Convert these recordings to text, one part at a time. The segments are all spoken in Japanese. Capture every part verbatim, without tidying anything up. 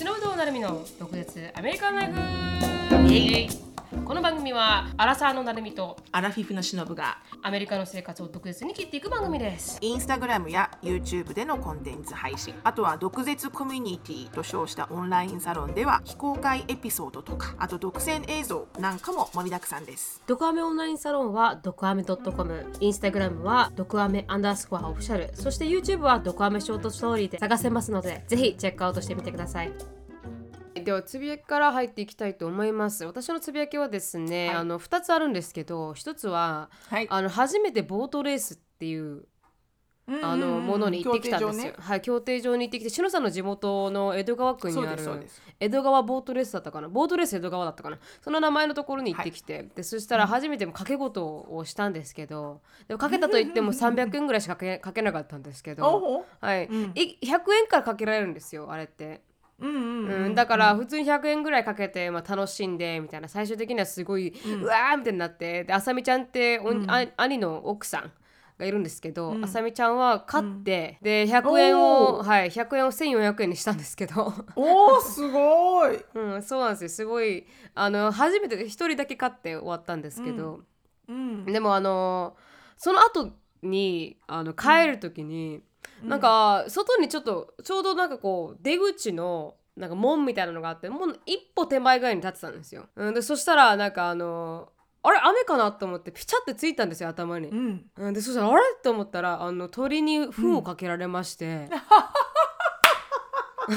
忍となるみの独舌アメリカンライフ。イエイ。この番組はアラサーのなるみとアラフィフのしのぶがアメリカの生活を独舌に切っていく番組です。 インスタグラムや YouTube でのコンテンツ配信、あとは独舌コミュニティと称したオンラインサロンでは非公開エピソードとか、あと独占映像なんかも盛りだくさんです。 ドクアメオンラインサロンはドクアメ .com、 インスタグラムはドクアメアンダースコアオフィシャル、そして YouTube はドクアメショートストーリーで探せますので、ぜひチェックアウトしてみてください。ではつぶやきから入っていきたいと思います。私のつぶやきはですね、はい、あのふたつあるんですけど、ひとつは、はい、あの初めてボートレースっていうあのものに行ってきたんですよ。ね、はい、競艇場に行ってきて、しのさんの地元の江戸川区にある江戸川ボートレースだったかな、ボートレース江戸川だったかな、その名前のところに行ってきて、はい、でそしたら初めても掛け事をしたんですけど、でもかけたといってもさんびゃくえんぐらいしかかけ、かけなかったんですけど、はい、うん、ひゃくえんからかけられるんですよ、あれって。うんうんうんうん、だから普通にひゃくえんぐらいかけて、まあ、楽しんでみたいな、最終的にはすごい、うん、うわーみたいになって、であさみちゃんってお、うん、あ兄の奥さんがいるんですけど、うん、あさみちゃんは勝って、うん、でひゃくえんを、はい、ひゃくえんをせんよんひゃくえんにしたんですけどおーすごい、 うん、そうなんですよ。すごいあの初めてひとりだけ勝って終わったんですけど、うんうん、でもあのその後にあの帰る時に、うんなんか外にちょっとちょうどなんかこう出口のなんか門みたいなのがあって、もう一歩手前ぐらいに立ってたんですよ、うん、でそしたらなんかあのあれ雨かなと思ってピチャってついたんですよ頭に、うん、でそしたらあれと思ったらあの鳥に糞をかけられまして、うん、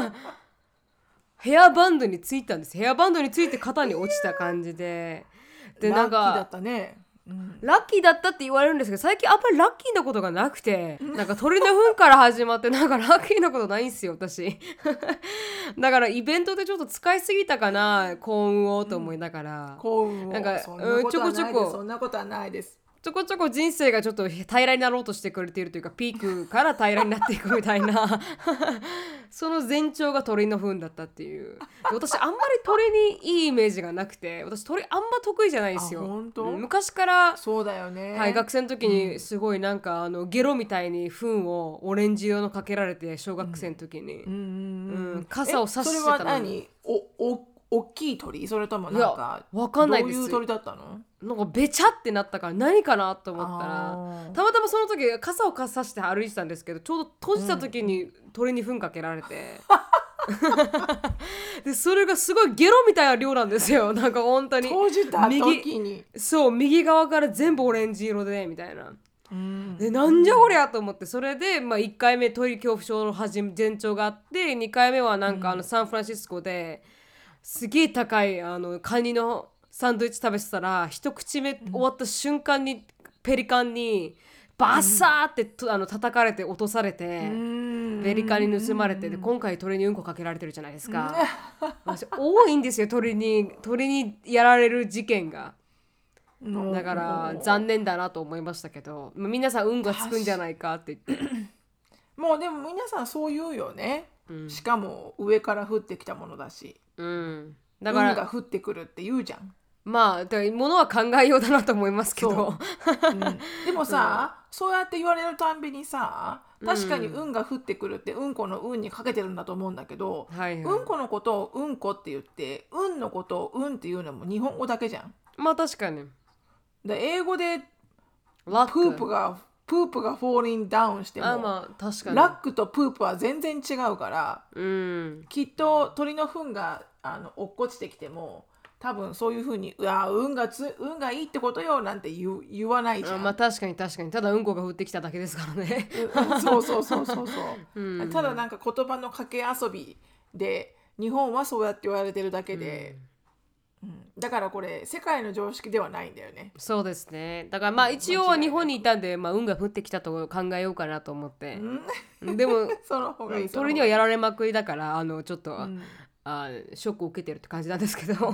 ヘアバンドについたんです。ヘアバンドについて肩に落ちた感じで、 でなんかラッキーだったね。 うん、ラッキーだったって言われるんですけど、最近あんまりラッキーなことがなくて、なんか鳥の糞から始まってなんかラッキーなことないんですよ私だからイベントでちょっと使いすぎたかな、幸運をと思いながら、うん、 幸運を、なんかそんなことはないです、ちょこちょこそんなことはないです。 ちょこちょこ人生がちょっと平らになろうとしてくれているというか、ピークから平らになっていくみたいなその前兆が鳥の糞だったっていう。私あんまり鳥にいいイメージがなくて、私鳥あんま得意じゃないんですよ。 本当？ 昔からそうだよね、 はい、学生の時にすごいなんかあのゲロみたいに糞をオレンジ色のかけられて、小学生の時に、うんうんうん、傘を差してたのに。 それは何？おお大きい鳥？それともなんかわかんないです。 どういう鳥だったの？ なんかべちゃってなったから何かなと思ったら、たまたまその時傘を差して歩いてたんですけど、ちょうど閉じた時に鳥に糞かけられて、うん、でそれがすごいゲロみたいな量なんですよ。なんか本当に閉じた時にそう右側から全部オレンジ色でみたいな、うん、でなんじゃこりゃと思って、それで、まあ、いっかいめ鳥恐怖症の始め前兆があって、にかいめはなんかあのサンフランシスコですげえ高いあのカニのサンドイッチ食べてたら、一口目終わった瞬間にペリカンにバッサーってと、うん、あの叩かれて落とされて、ペリカンに盗まれて、で今回鳥にうんこかけられてるじゃないですか多いんですよ、鳥に鳥にやられる事件が。だから残念だなと思いましたけど、皆さん運がつくんじゃないかって言ってもうでも皆さんそう言うよね、うん、しかも上から降ってきたものだし、うん、だから運が降ってくるって言うじゃん。 まあだものは考えようだなと思いますけど、 うん、でもさ、うん、そうやって言われるたんびにさ、確かに運が降ってくるってうんこの運にかけてるんだと思うんだけど、はいはい、うんこのことをうんこって言って運のことを運っていうのも日本語だけじゃん。 まあ確かに。 で英語でプープがプープがフォーリンダウンしても、 まあ、確かにラックとプープは全然違うから、うん、きっと鳥の糞があの落っこちてきても多分そういう風にうわ運がつ運がいいってことよなんて 言, 言わないじゃん。 まあ確かに確かに、ただうんこが降ってきただけですからねそうそうそうそうそう、うん、ただなんか言葉の掛け遊びで日本はそうやって言われてるだけで、うんうん、だからこれ世界の常識ではないんだよね。 そうですね。だからまあ一応は日本にいたんで、まあ、運が降ってきたと考えようかなと思って、うん、でもその方がいい。 鳥にはやられまくりだからあのちょっと、うんあショックを受けてるって感じなんですけど、うん、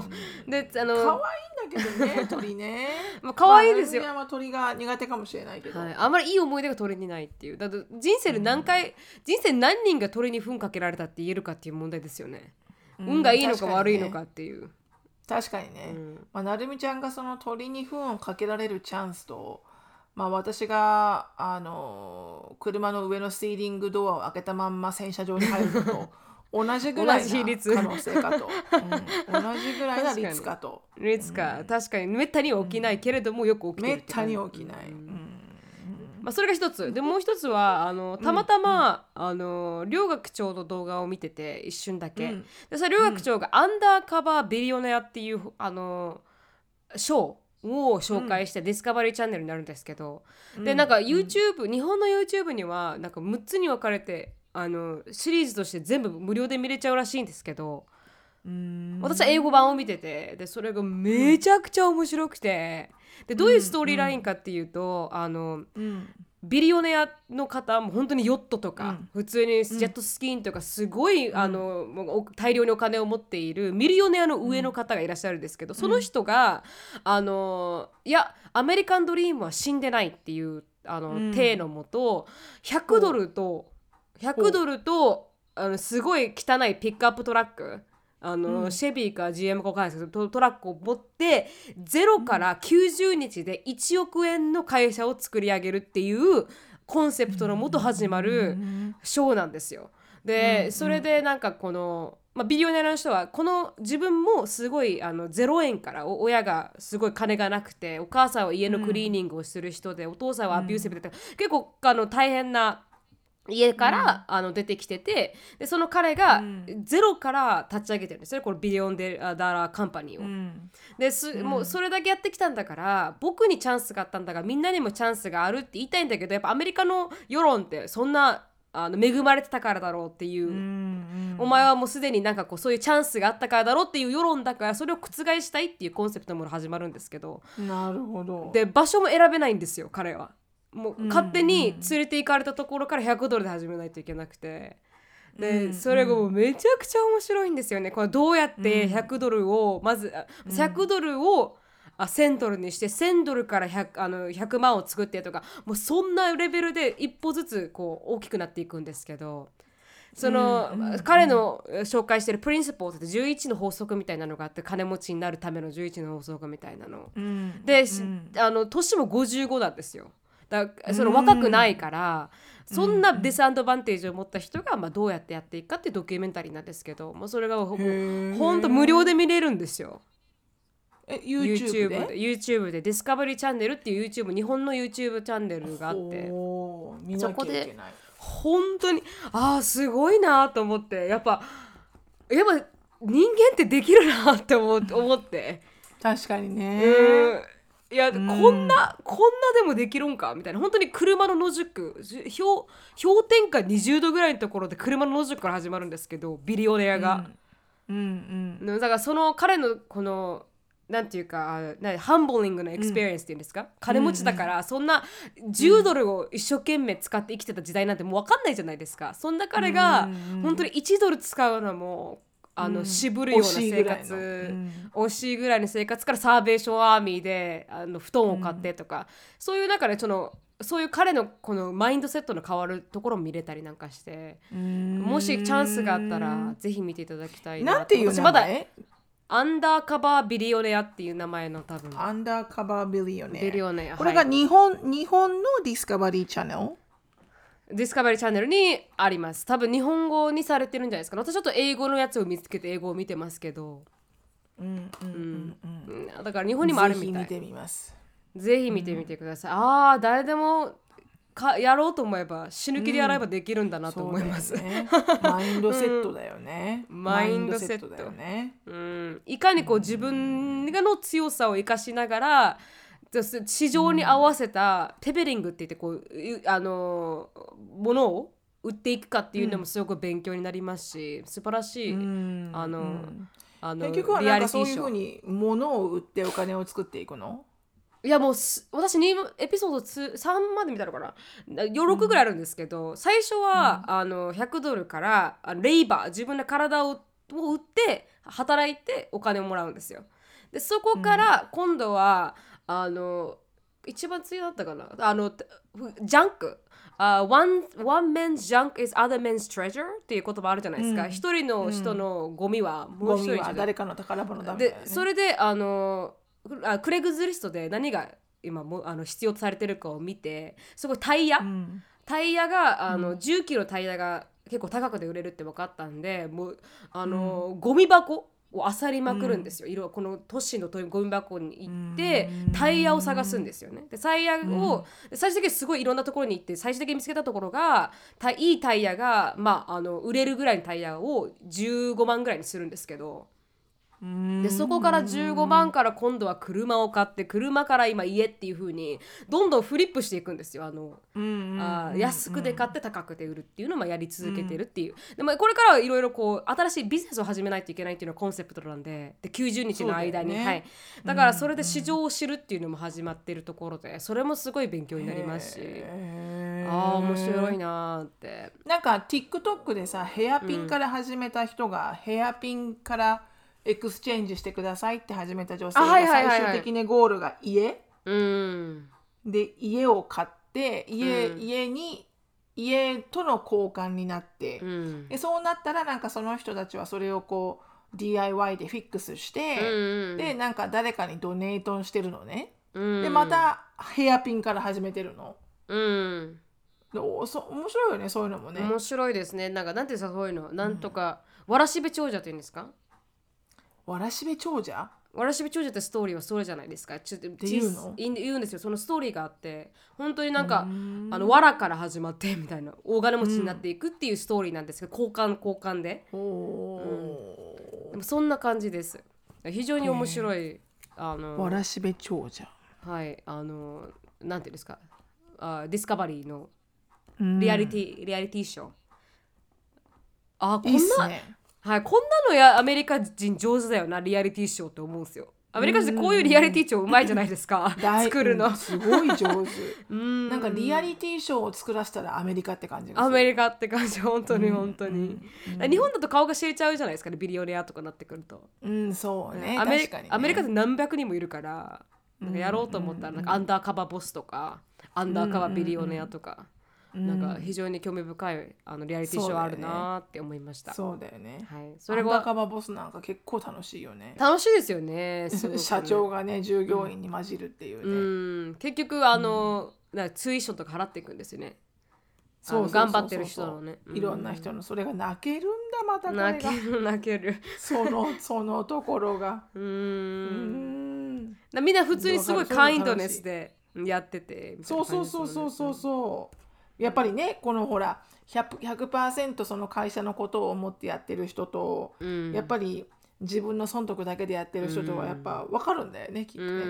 であの可愛いんだけどね鳥ねまあ可愛いですよ。 まあ、は鳥が苦手かもしれないけど、 はい、あんまりいい思い出が鳥にないっていう。だって人生で何回、うん、人生何人が鳥に糞かけられたって言えるかっていう問題ですよね、うん、運がいいのか悪いのかっていう。 確かにね、うんまあ、なるみちゃんがその鳥に糞をかけられるチャンスと、まあ、私があの車の上のスティーリングドアを開けたまんま洗車場に入るのと同じぐらいな可能性かと、うん、同じぐらいな率かと率か、うん、確かにめったに起きないけれどもよく起きてるめったに起きない、うんうんまあ、それが一つでもう一つはあのたまたま、うん、あの両学長の動画を見てて一瞬だけ、うん、でそれ両学長がアンダーカバービリオネアっていうあのショーを紹介して、うん、ディスカバリーチャンネルになるんですけど、うん、でなんか YouTube、うん、日本の YouTube にはなんかむっつに分かれてあのシリーズとして全部無料で見れちゃうらしいんですけど、うん私は英語版を見ててでそれがめちゃくちゃ面白くてでどういうストーリーラインかっていうと、うん、あの、うん、ビリオネアの方も本当にヨットとか、うん、普通にジェットスキーンとかすごい、うん、あの大量にお金を持っているミリオネアの上の方がいらっしゃるんですけど、うん、その人があのいやアメリカンドリームは死んでないっていうあの、うん、体のもとひゃくドルとひゃくドルとあのすごい汚いピックアップトラックあの、うん、シェビーか ジーエム か分かんないですけど ト, トラックを持ってゼロからきゅうじゅうにちでいちおくえんの会社を作り上げるっていうコンセプトのもと始まるショーなんですよ。で、うん、それでなんかこの、まあ、ビリオネアの人はこの自分もすごいあのゼロえんから親がすごい金がなくてお母さんは家のクリーニングをする人で、うん、お父さんはアビューシブで、うん、結構あの大変な家から、うん、あの出てきててでその彼がゼロから立ち上げてるんですよ、このビリオンデダラーカンパニーを、うん、ですもうそれだけやってきたんだから僕にチャンスがあったんだからみんなにもチャンスがあるって言いたいんだけどやっぱアメリカの世論ってそんなあの恵まれてたからだろうっていう、うんうん、お前はもうすでになんかこうそういうチャンスがあったからだろうっていう世論だからそれを覆したいっていうコンセプトも始まるんですけどなるほどで場所も選べないんですよ彼はもう勝手に連れて行かれたところからひゃくドルで始めないといけなくてで、うん、それがもうめちゃくちゃ面白いんですよね。これどうやってひゃくドルをまず、うん、ひゃくドルをあせんドルにしてせんドルから 100, あのひゃくまんを作ってとかもうそんなレベルで一歩ずつこう大きくなっていくんですけどその、うんうん、彼の紹介してるプリンシポーってじゅういちの法則みたいなのがあって金持ちになるためのじゅういちの法則みたいなの、うん、で、うん、あの年もごじゅうごなんですよ。だその若くないからそんなディスアドバンテージを持った人がまあどうやってやっていくかっていうドキュメンタリーなんですけどもうそれがほんと無料で見れるんですよ。 え YouTube で YouTube でディスカバリーチャンネルっていう YouTube 日本の YouTube チャンネルがあってそこで本当にああすごいなと思ってやっぱやっぱ人間ってできるなって思って確かにねうんいや、うん、こんなこんなでもできるんかみたいな本当に車の野宿氷, 氷点下にじゅうどぐらいのところで車の野宿から始まるんですけどビリオネアが、うんうんうん、だからその彼のこのなんていうかハンボリングなエクスペリエンスっていうんですか、うん、金持ちだからそんなじゅうドルを一生懸命使って生きてた時代なんてもう分かんないじゃないですか。そんな彼が本当にいちドル使うのもあの、うん、渋るような生活惜しいぐらいの生活からサーベーションアーミーであの布団を買ってとか、うん、そういう中でそのそういう彼のこのマインドセットの変わるところを見れたりなんかしてもしチャンスがあったらぜひ見ていただきたいな。 なんていう名前？ アンダーカバービリオネアっていう名前の多分アンダーカバービリオネア、 ビリオネアこれが日本、はい、日本のディスカバリーチャンネルディスカバリーチャンネルにあります。多分日本語にされてるんじゃないですか。私ちょっと英語のやつを見つけて英語を見てますけど、うんうんうんうん、だから日本にもあるみたい。 ぜひ見てみます。 ぜひ見てみてください、うん、ああ誰でもかやろうと思えば死ぬ気でやればできるんだなと思います、 うんね、マインドセットだよね、 うん、マインドセットだよね、うん、いかにこう自分の強さを生かしながら市場に合わせたペペリングって言ってこうあのものを売っていくかっていうのもすごく勉強になりますし、うん、素晴らしい、うん、あの、うん、あの結局はなんかそういうふうに物を売ってお金を作っていくの？ いやもう私にエピソードさんまで見たのかなろくぐらいあるんですけど、うん、最初は、うん、あのひゃくドルからレイバー自分の体を売って働いてお金をもらうんですよ。でそこから今度は、うん、あの一番強だったかなあのジャンクUh, one, one man's junk is other man's treasure っていう言葉あるじゃないですか。一、うん、人の人のゴミはもう一人、 ゴミは誰かの宝物だみたいな、ね、 でそれであのあクレグズリストで何が今もあの必要とされてるかを見てすごいタイヤ、うん、タイヤがあのじゅっキロタイヤが結構高くで売れるって分かったんで、もうあの、うん、ゴミ箱を漁りまくるんですよ、うん、色この都市のゴミ箱に行ってタイヤを探すんですよね。でタイヤを、うん、最終的にすごいいろんなところに行って最終的に見つけたところがいいタイヤが、まあ、あの売れるぐらいのタイヤをじゅうごまんぐらいにするんですけど、でそこからじゅうごまんから今度は車を買って車から今家っていう風にどんどんフリップしていくんですよ。あのあ安くで買って高くで売るっていうのをまあやり続けてるっていう、うん、でもこれからはいろいろこう新しいビジネスを始めないといけないっていうのがコンセプトなんで、できゅうじゅうにちの間に、だよね、はい、だからそれで市場を知るっていうのも始まってるところで、それもすごい勉強になりますし、ああ面白いなって。 なんか TikTok でさヘアピンから始めた人が、うん、ヘアピンからエクスチェンジしてくださいって始めた女性が最終的にゴールが家、うん、で家を買って家、うん、家に家との交換になって、うん、でそうなったらなんかその人たちはそれをこう ディーアイワイ でフィックスして、うん、でなんか誰かにドネートしてるのね、うん、でまたヘアピンから始めてるの、うん、でおそ面白いよねそういうのもね。 面白いですね。なんかなんていうんですかそういうのなんとか、うん、わらしべ長者っていうんですか。 わらしべ長者わらしべ長者ってストーリーはそれじゃないですか。ちょっと言うの言うんですよ。そのストーリーがあって本当になんかあのわらから始まってみたいな大金持ちになっていくっていうストーリーなんですけど、交換交換で、うん、でもそんな感じです。非常に面白いあのわらしべ長者、 はいあのなんていうんですかあディスカバリーのリアリティリアリティショー、あこんな、いいっすね、はい、こんなのやアメリカ人上手だよなリアリティショーって思うんですよ。アメリカ人ってこういうリアリティショーうまいじゃないですか作るのすごい上手うんなんかリアリティショーを作らせたらアメリカって感じがする。 アメリカって感じ本当に本当に、うんうん、日本だと顔が知れちゃうじゃないですかねビリオネアとかなってくると。 うんそうねアメリ、 確かにね、 アメリカって何百人もいるからなんかやろうと思ったらなんかアンダーカバーボスとかアンダーカバービリオネアとか、うんうんうん、なんか非常に興味深いあのリアリティショーあるなって思いました。 そうだよね。 はい、 それはアンダーカバーボスなんか結構楽しいよね。 楽しいですよね。すごくね社長がね従業員に混じるっていうね。 うん、結局あの、うん、なんかツイーションとか払っていくんですよね。そうそうそうそう頑張ってる人のね、 いろんな人のそれが泣けるんだまたこれが泣ける泣けるそのそのところがうーんうんみんな普通にすごいカインドネスでやっててみたいな感じですよね。 そうそうそうそうそうやっぱりねこのほら ひゃくパーセント その会社のことを思ってやってる人と、うん、やっぱり自分の損得だけでやってる人とはやっぱ分かるんだよね、うん、きっとね、うん、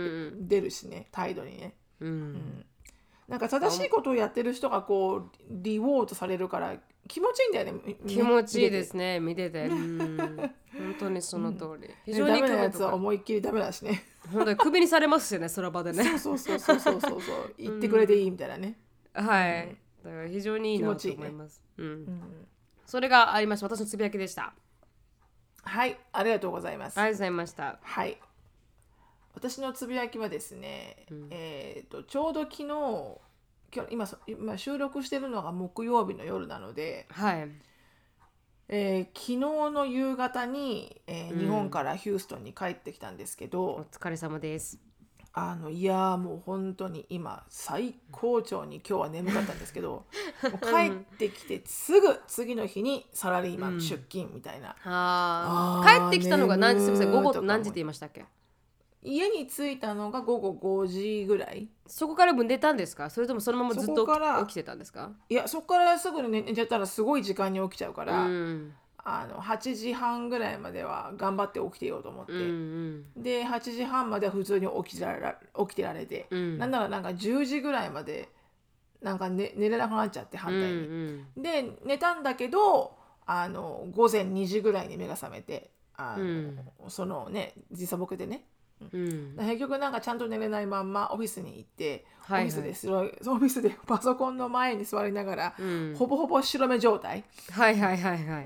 出るしね態度にね、うんうん、なんか正しいことをやってる人がこうリウォードされるから気持ちいいんだよね。 気持ちいいですね見ててうん本当にその通り、うん、 非常にダメなやつは思いっきりダメだしね本当にクビにされますよねその場でねそうそうそうそうそうそう言ってくれていいみたいなね、 うん、はい、うんだから非常にいいなと思います。いいねうんうん、それがありました。私のつぶやきでした。 はい、ありがとうございます。 ありがとうございました。 はい、私のつぶやきはですね、うんえー、とちょうど昨日、今日 今, 今収録してるのが木曜日の夜なので、 はいえー、昨日の夕方に、えーうん、日本からヒューストンに帰ってきたんですけど、 お疲れ様です。 あのいやもう本当に今最高潮に今日は眠かったんですけどもう帰ってきてすぐ次の日にサラリーマン出勤みたいな、うん、 あ帰ってきたのが何時すみません午後何時って言いましたっけ。 家に着いたのが午後ごじぐらい。 そこからも寝たんですかそれともそのままずっと起きてたんですか。 いやそこからすぐに寝ちゃったらすごい時間に起きちゃうから、うんあのはちじはんぐらいまでは頑張って起きてようと思って、うんうん、ではちじはんまでは普通に起きてられ、起きてられて、うん、なんならなんかじゅうじぐらいまでなんか、ね、寝れなくなっちゃって反対に、うんうん、で寝たんだけどあのごぜんにじぐらいに目が覚めてあの、うん、そのね時差ボケでね、うん、結局なんかちゃんと寝れないまんまオフィスに行って、はいはい、オフィスで座りオフィスでパソコンの前に座りながら、うん、ほぼほぼ白目状態。 はいはいはいはい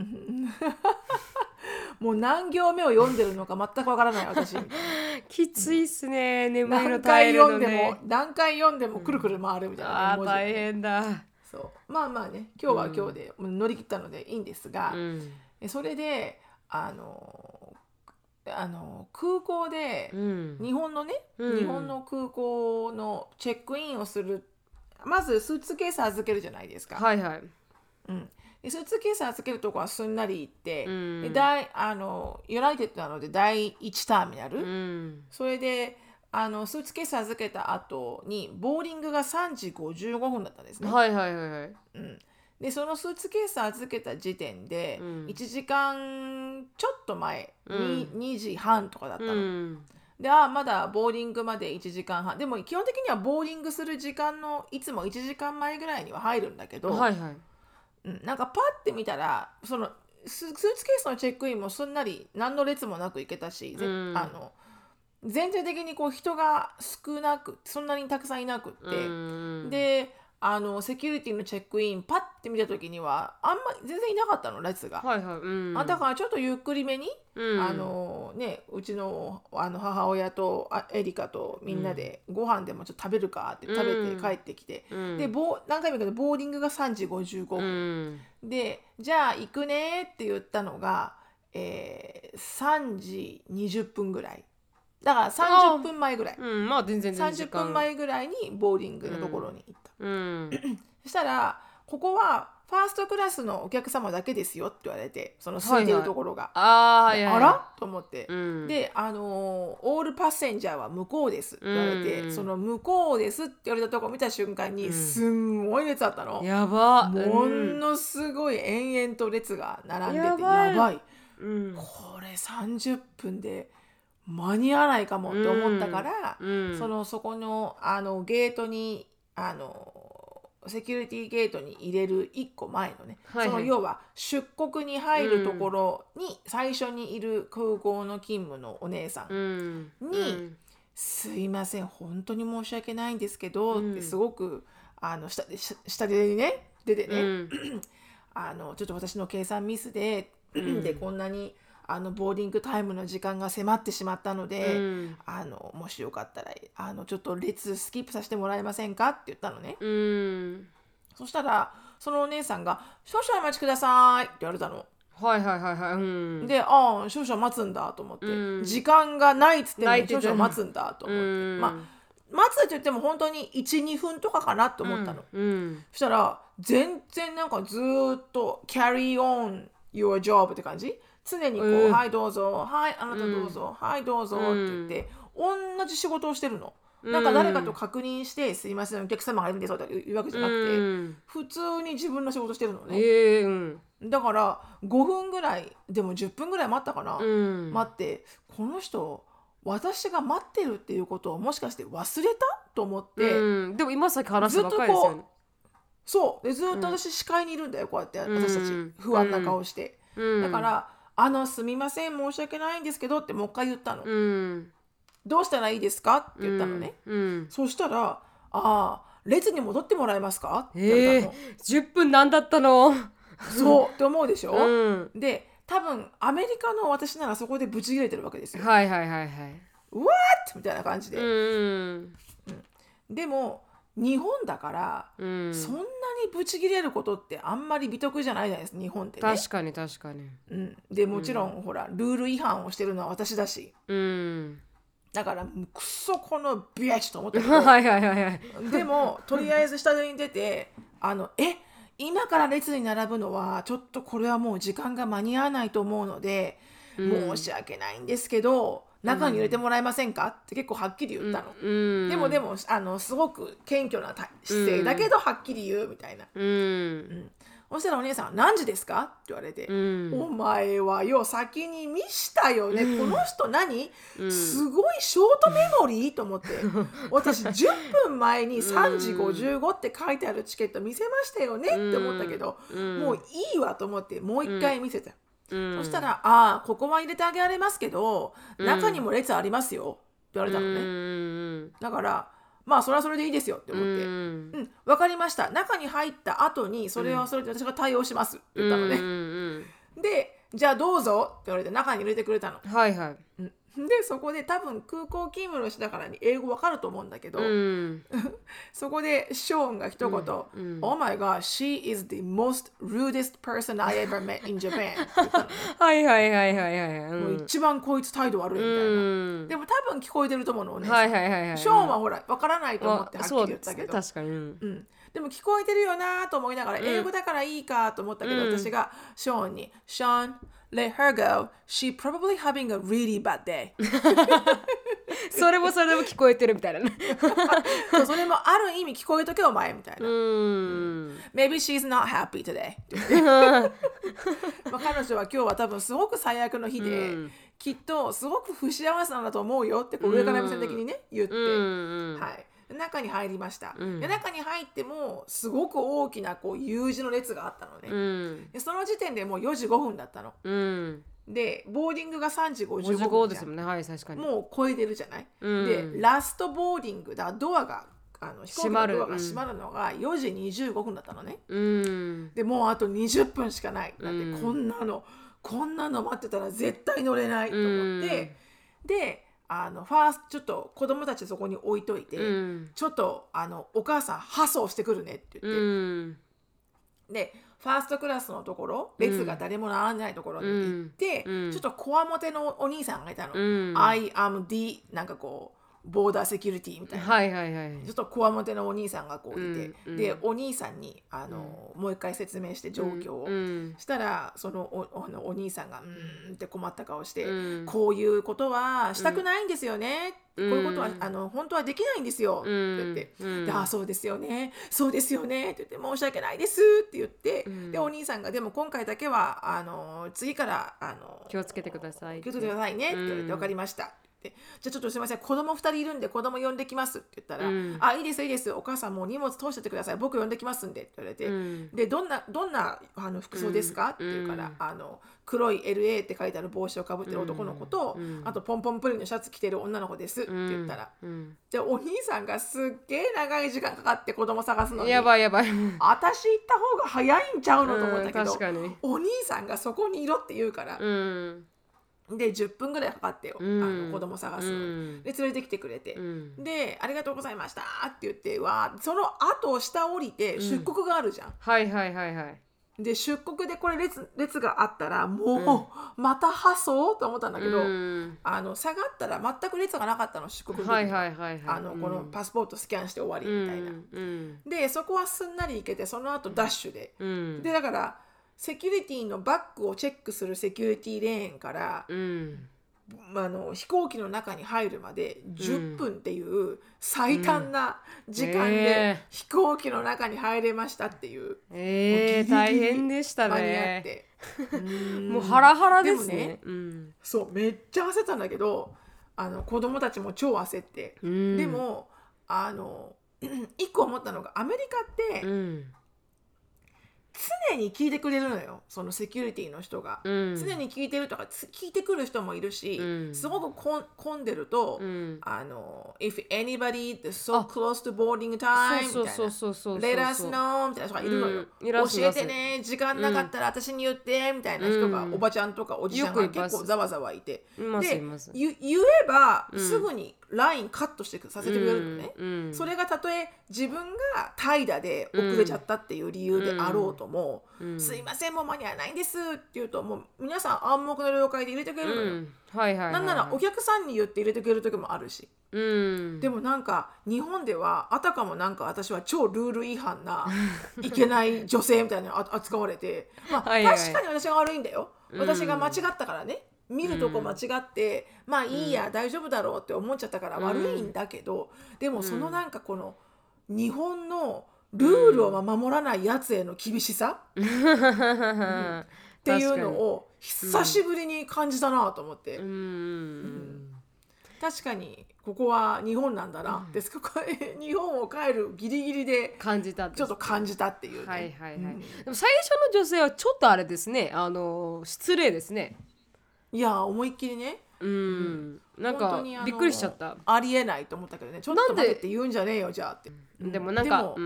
もう何行目を読んでるのか全くわからない私きついっすね眠いの耐えるのね。 何回読んでもくるくる回るみたいな、ねうん、あー大変だ。 そうまあまあね今日は今日で乗り切ったのでいいんですが、うん、それであのあの空港で、うん、日本のね、うん、日本の空港のチェックインをするまずスーツケース預けるじゃないですか。 はいはい、 うん、 でスーツケース預けるとこはすんなり行って、 うん、 で大あのユナイテッドなのでだいいちターミナル、 うん、 それであのスーツケース預けた後にボーリングがさんじごじゅうごふんだったんですね。 はいはいはいはい、 うん、でそのスーツケース預けた時点で、 うん、 いちじかんちょっと前、うん、にじはんとかだったの、うん、であまだボーリングまでいちじかんはんでも基本的にはボーリングする時間のいつもいちじかんまえぐらいには入るんだけど、 はいはい、 うん、なんかパッて見たらそのスーツケースのチェックインもすんなり何の列もなく行けたし、うん、あの全体的にこう人が少なくそんなにたくさんいなくって、うん、であのセキュリティのチェックインパッて見た時にはあんま全然いなかったの列が、 はいはい、うん、 あだからちょっとゆっくりめに、うん、あのねうちの、あの母親とあエリカとみんなでご飯でもちょっと食べるかって食べて帰ってきて、うん、でボ何回も言うけどボーリングがさんじごじゅうごふん、うん、でじゃあ行くねって言ったのが、えー、さんじにじゅっぷんぐらいだからさんじゅっぷんまえぐらい、 うん、まあ全然全然さんじゅっぷんまえぐらいにボーリングのところに行った、 うん、 そしたらここはファーストクラスのお客様だけですよって言われてその空いてるところが、 はいはい、あ, あらと思って、 うん、 であのオールパッセンジャーは向こうですって言われて、うん、その向こうですって言われたところを見た瞬間に、うん、すんごい列あったの、 やばものすごい延々と列が並んでてやばい、やばい、うん、これさんじゅっぷんで間に合わないかもって思ったから、うん、そのそこのあのゲートにあのセキュリティゲートに入れるいっこまえのね、はいはい、その要は出国に入るところに最初にいる空港の勤務のお姉さんに、うんうん、すいません本当に申し訳ないんですけど、うん、ってすごくあの下で下でね出てね、うん、あのちょっと私の計算ミスで、うん、でこんなにあのボーディングタイムの時間が迫ってしまったので、うん、あのもしよかったらあのちょっと列スキップさせてもらえませんかって言ったのね、うん、そしたらそのお姉さんが少々お待ちくださいって言われたの。 はいはいはいはい、うん、 でああ少々待つんだと思って、うん、時間がないっつっても少々待つんだと思って、うん、まあ待つって言っても本当に いちにふんとかかなと思ったの、うんうん、そしたら全然なんかずっと carry on your job って感じ、常にこう、うん、はいどうぞはいあなたどうぞ、うん、はいどうぞって言って、うん、同じ仕事をしてるの、うん、なんか誰かと確認してすいませんお客様がいるんですというわけじゃなくて、うん、普通に自分の仕事してるのね、えーうん、だからごふんぐらいでもじゅっぷんぐらい待ったかな、うん、待ってこの人私が待ってるっていうことをもしかして忘れたと思って、 うん、でも今さっき話したばっかりですよね。 そうでずっと私視界にいるんだよ、こうやって私たち不安な顔して、うん、だからあのすみません申し訳ないんですけどってもう一回言ったの、うん、どうしたらいいですかって言ったのね、うんうん、そしたらああ列に戻ってもらえますかって言われたの、 えー、じゅっぷんなんだったのそうって思うでしょ、うん、で多分アメリカの私ならそこでブチ切れてるわけですよ。 はいはいはいはい。 What? みたいな感じで、うんうん、でも日本だから、うん、そんなにブチ切れることってあんまり美徳じゃないじゃないですか日本ってね。 確かに確かに、 うん、でもちろん、うん、ほらルール違反をしてるのは私だし、うん、だからくそこのビッチと思ったけどはいはいはい、はい、でもとりあえず下に出てあのえ今から列に並ぶのはちょっとこれはもう時間が間に合わないと思うので、うん、申し訳ないんですけど中に入れてもらえませんかって結構はっきり言ったの、うん、でもでもあのすごく謙虚な姿勢だけどはっきり言うみたいな、うんうん、そしたらお姉さん何時ですかって言われて、うん、お前はよ先に見したよね、うん、この人何、うん、すごいショートメモリーと思って私じゅっぷんまえにさんじごじゅうごって書いてあるチケット見せましたよねって思ったけど、うん、もういいわと思ってもう一回見せた、うん、そしたらああここは入れてあげられますけど、うん、中にも列ありますよって言われたのね、うん、だからまあそれはそれでいいですよって思って、うん、うん、分かりました中に入った後にそれはそれで私が対応しますって言ったのね、うん、でじゃあどうぞって言われて中に入れてくれたの、はいはい、うん、でそこで多分空港勤務の人だからに英語わかると思うんだけど、うん、そこでショーンが一言、うんうん、Oh my god, she is the most rudest person I ever met in Japan って言ったのねはいはいはいはいはい、 うん、もう一番こいつ態度悪いみたいな、うん、でも多分聞こえてると思うのね、 はいはいはいはい、 ショーンはほらわからないと思ってはっきり言ったけど、 確かに、うんうん、 でも聞こえてるよなと思いながら、 うん、 英語だからいいかと思ったけど、 うん、 私がショーンに Sean, let her go. She probably having a really bad day. それもそれでも聞こえてるみたいなねそう、それもある意味聞こえとけお前みたいな。 うん、 Maybe she's not happy today. まあ彼女は今日は多分すごく最悪の日で、うん、きっとすごく不幸せなんだと思うよってこう上から目線的にね、言って、うん、はい、中に入りました、うん、で中に入ってもすごく大きなこう U 字の列があったのね、うん、でその時点でもうよじごふんだったの、うん、でボーディングがさんじごじゅうごふんじゃん、 ですもんね、はい、確かにもう超えてるじゃない、うん、でラストボーディングだドアがあの飛行機のドアが閉まるのがよじにじゅうごふんだったのね、うん、でもうあとにじゅっぷんしかないだってこんなの、うん、こんなの待ってたら絶対乗れないと思って、うん、であのファーストちょっと子供たちそこに置いといて、うん、ちょっとあのお母さん発送してくるねって言って、うん、でファーストクラスのところ列が誰も並んでないところに行って、うん、ちょっとこわもてのお兄さんがいたの、うん、I am the なんかこうボーダーセキュリティみたいな、はいはいはい、ちょっとこわもてのお兄さんがこういて、うんうん、でお兄さんにあの、うん、もう一回説明して状況を、うん、したらその お, お, のお兄さんがうーんって困った顔して、うん、こういうことはしたくないんですよね、うん、こういうことはあの本当はできないんですよ、うん、って言って、うん、であそうですよねそうですよねって言って申し訳ないですって言って、うん、でお兄さんがでも今回だけはあの次からあの気をつけてください気をつけてくださいねって言われて、うん、分かりましたじゃあちょっとすいません子供ふたりいるんで子供呼んできますって言ったら、うん、あいいですいいですお母さんもう荷物通しててください僕呼んできますんでって言われて、うん、でどんなどんなあの服装ですか、うん、って言うから、あの黒い エルエー って書いてある帽子をかぶってる男の子と、うん、あとポンポンプリンのシャツ着てる女の子ですって言ったら、うん、でお兄さんがすっげえ長い時間かかって子供探すのにやばいやばい私行った方が早いんちゃうのと思ったけど、うん、確かにお兄さんがそこにいろって言うから、うんでじゅっぷんぐらいかかってよ、うん、あの子供探すの、うん、で連れてきてくれて、うん、でありがとうございましたって言ってわその後下降りて出国があるじゃん、うん、 はいはいはいはいで出国でこれ 列, 列があったらもう、うん、また発送と思ったんだけど、うん、あの下がったら全く列がなかったの出国で、はいはいはいはい、あのこのパスポートスキャンして終わりみたいな、うんうん、でそこはすんなり行けてその後ダッシュで、うん、でだからセキュリティのバッグをチェックするセキュリティレーンから、うん、あの飛行機の中に入るまでじゅっぷんっていう最短な時間で飛行機の中に入れましたっていう、 えー、大変でしたね間に合ってうんもうハラハラですね、でもね、うん、 そうめっちゃ焦ったんだけどあの子供たちも超焦って、うん、でもあの一個思ったのがアメリカって、うん常に聞いてくれるのよそのセキュリティの人が、うん、常に聞いてるとか聞いてくる人もいるし、うん、すごく混んでると、うん、あの if anybody is so close to boarding time みたいな let us know みたいな人がいるのよ、うん、教えてね時間なかったら私に言ってみたいな人が、うん、おばちゃんとかおじちゃんが結構ざわざわいてで言えば、うん、すぐにラインカットしてさせてくれるのね、うんうん、それがたとえ自分が怠惰で遅れちゃったっていう理由であろうとも、うんうん、すいませんもう間に合わないんですって言うともう皆さん暗黙の了解で入れてくれるのよ、うんはいはいはいはい、なんならお客さんに言って入れてくれる時もあるし、うん、でもなんか日本ではあたかもなんか私は超ルール違反ないけない女性みたいな扱われて、まあ、はいはい、確かに私が悪いんだよ、私が間違ったからね見るとこ間違って、うん、まあいいや、うん、大丈夫だろうって思っちゃったから悪いんだけど、うん、でもそのなんかこの日本のルールを守らないやつへの厳しさ、うん、っていうのを久しぶりに感じたなと思って、うんうん、確かにここは日本なんだな、うん、ですか日本を帰るギリギリで感じたちょっと感じたっていう、ね、 はいはいはい、うん、でも最初の女性はちょっとあれですねあの失礼ですねいや思いっきりねうん、うん、なんかびっくりしちゃったありえないと思ったけどねちょっと待てって言うんじゃねえよじゃあって、 うん、でもなんかでも、うん、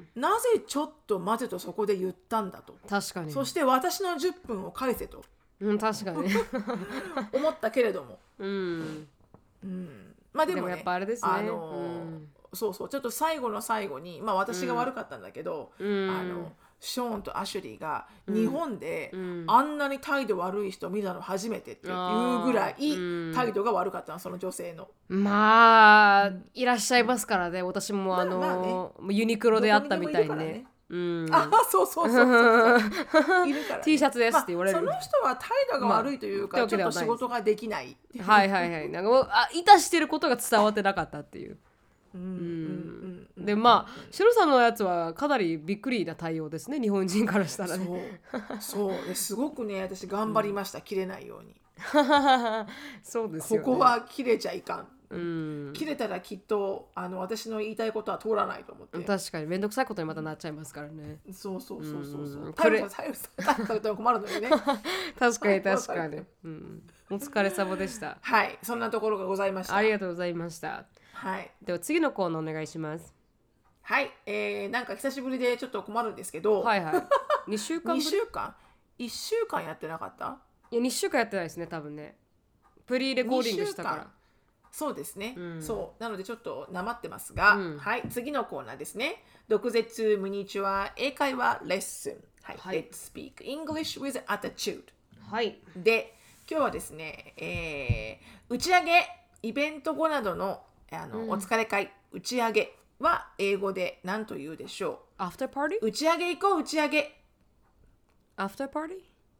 なぜちょっと待てとそこで言ったんだと確かにそして私のじゅっぷんを返せと、 うん、確かに思ったけれども、 うんうん、まあでもねでもやっぱあれですねあの、うん、そうそうちょっと最後の最後にまあ私が悪かったんだけど、うん、あのショーンとアシュリーが日本であんなに態度悪い人見たの初めてっていうぐらい態度が悪かったの、その女性の。 まあ、うん、いらっしゃいますからね。私もあの、まあまあね、ユニクロであったみたいにね。うん、 あ、そうそうそうそうそういるから、ね、 T シャツですって言われる、 まあ、その人は態度が悪いというか、まあ、ちょっと仕事ができない。 はいはいはい。なんかあ、いたしてることが伝わってなかったっていう。うんうんうん、でまあシロさんのやつはかなりびっくりな対応ですね、日本人からしたらね。 そうそうですごくね、私頑張りました、うん、切れないように。 そうですよね。 ここは切れちゃいかん、 うん、 切れたらきっとあの私の言いたいことは通らないと思って。 確かにめんどくさいことにまたなっちゃいますからね。 そうそうそうそうそう。タイムさんタイムさんタイム困るのよね。 確かに確かに、うん、お疲れ様でした。 はい、そんなところがございました。 ありがとうございました。 はい、 では次のコーナーお願いします。 はい、えー、なんか久しぶりでちょっと困るんですけど、 はいはい、にしゅうかんぶり、にしゅうかんいっしゅうかんやってなかった？ いやにしゅうかんやってないですね、多分ね。プリレコーディングしたから。 そうですね、うん、そうなのでちょっとなまってますが、うん、はい、次のコーナーですね。毒舌ミニチュア英会話レッスン、はいはい、Let's speak English with attitude、 はい、 で今日はですね、えー、打ち上げイベント後などのあの、うん、お疲れ会、打ち上げは英語で何と言うでしょう？ After party？ 打ち上げ行こう、打ち上げ。 After party？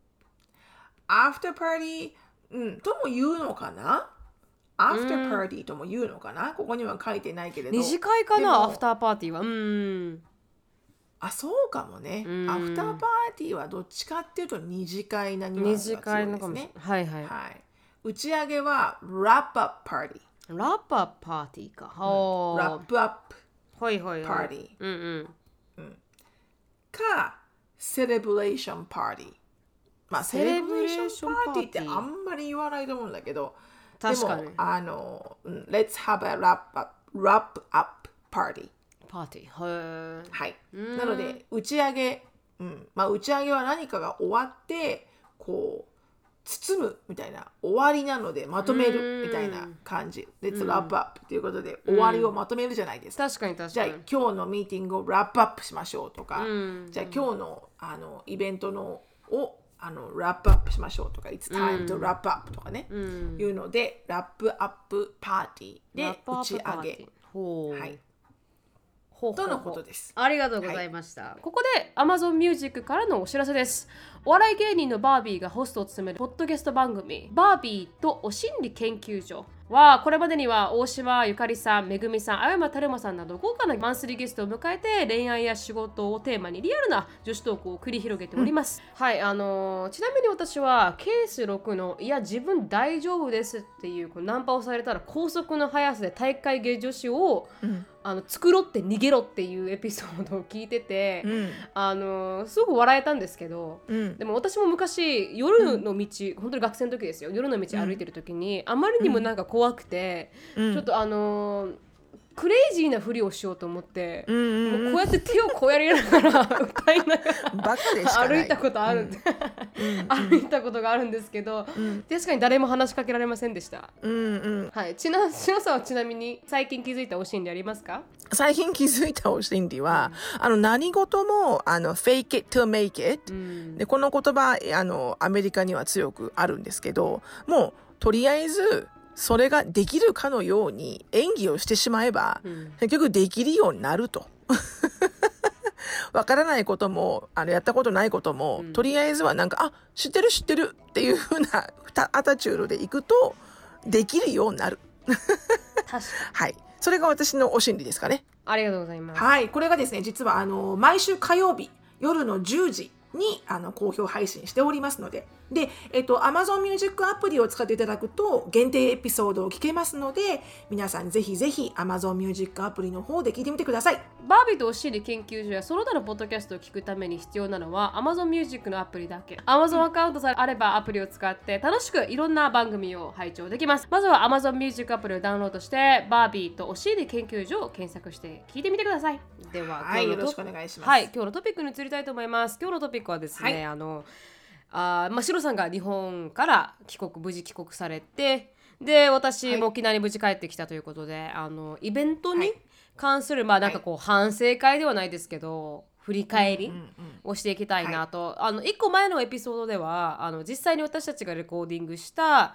After party、うん、とも言うのかな。 After party とも言うのかな、ここには書いてないけれど。 二次会かな、アフターパーティーは。うん。 あ、そうかもね。アフターパーティーはどっちかっていうと二次会なニュアンスが強いですね。 はいはい、 はい。打ち上げは Wrap up party。 ラップアップパーティーか。 うん、ラップアップパーティー。 うんうんうん、か、セレブレーションパーティー。まあ、セレブレーションパーティーってあんまり言わないと思うんだけど、 確かに。 でも、あの、Let's have a wrap up, wrap up party。 パーティー。へー。 はい。なので、打ち上げ、うん、まあ、打ち上げは何かが終わって、こう、包むみたいな、終わりなのでまとめるみたいな感じ。Let's wrap up ということで、終わりをまとめるじゃないですか。 確かに確かに。 じゃあ今日のミーティングをラップアップしましょうとか、じゃあ今日のあのイベントのをあのラップアップしましょうとか、It's time to wrap up とかね、いうので、ラップアップパーティーで打ち上げ。はい。とのことです。 ありがとうございました。はい、ここで Amazon Music からのお知らせです。お笑い芸人のバービーがホストを務めるポッドキャスト番組バービーとお心理研究所は、これまでには大島ゆかりさん、めぐみさん、青山たるまさんなど豪華なマンスリーゲストを迎えて、恋愛や仕事をテーマにリアルな女子トークを繰り広げております。うん、はい、あのー、ちなみに私はケースろくのいや自分大丈夫ですっていう、こうナンパをされたら高速の速さで体育会系女子を、うん、あの繕って逃げろっていうエピソードを聞いてて、うん、あのー、すごく笑えたんですけど、うん、でも私も昔夜の道、うん、本当に学生の時ですよ、夜の道歩いてる時に、うん、あまりにもなんか怖くて、うん、ちょっとあのークレイジーなふりをしようと思って、うんうんうん、もうこうやって手をこうやりながら歌いながら歩いたことあるんで、うん、歩いたことがあるんですけど、うん、確かに誰も話しかけられませんでした。うんうん、はい、ちなしのさんはちなみに最近気づいたお心理ありますか？ 最近気づいたお心理は、うん、あの何事もあの fake it to make it、うん、でこの言葉あのアメリカには強くあるんですけど、もうとりあえずそれができるかのように演技をしてしまえば、うん、結局できるようになると。わからないことも、あの、やったことないことも、うん、とりあえずはなんか、あ、知ってる知ってるっていう風なアタチュードでいくと、できるようになる。 確かに。 はい。それが私のお心理ですかね。 ありがとうございます。 はい。これがですね、実はあの、毎週火曜日、夜のじゅうじに、あの、好評配信しておりますので、で、えっと、Amazon Music アプリを使っていただくと、限定エピソードを聞けますので、皆さんぜひぜひ Amazon Music アプリの方で聞いてみてください。 バービーとお心理研究所やその他のポッドキャストを聞くために必要なのは Amazon Music のアプリだけ。Amazon アカウントさえあればアプリを使って楽しくいろんな番組を拝聴できます。まずは Amazon Music アプリをダウンロードして、バービーとお心理研究所を検索して聞いてみてください。では、 はい、よろしくお願いします。 はい、今日のトピックに移りたいと思います。今日のトピックはですね、はい、あのあまあ、シロさんが日本から帰国無事帰国されて、で私も沖縄に無事帰ってきたということで、はい、あのイベントに関する、はい、まあなんかこう反省会ではないですけど、 振り返りをしていきたいなと、あのいっこまえのエピソードではあの実際に私たちがレコーディングした、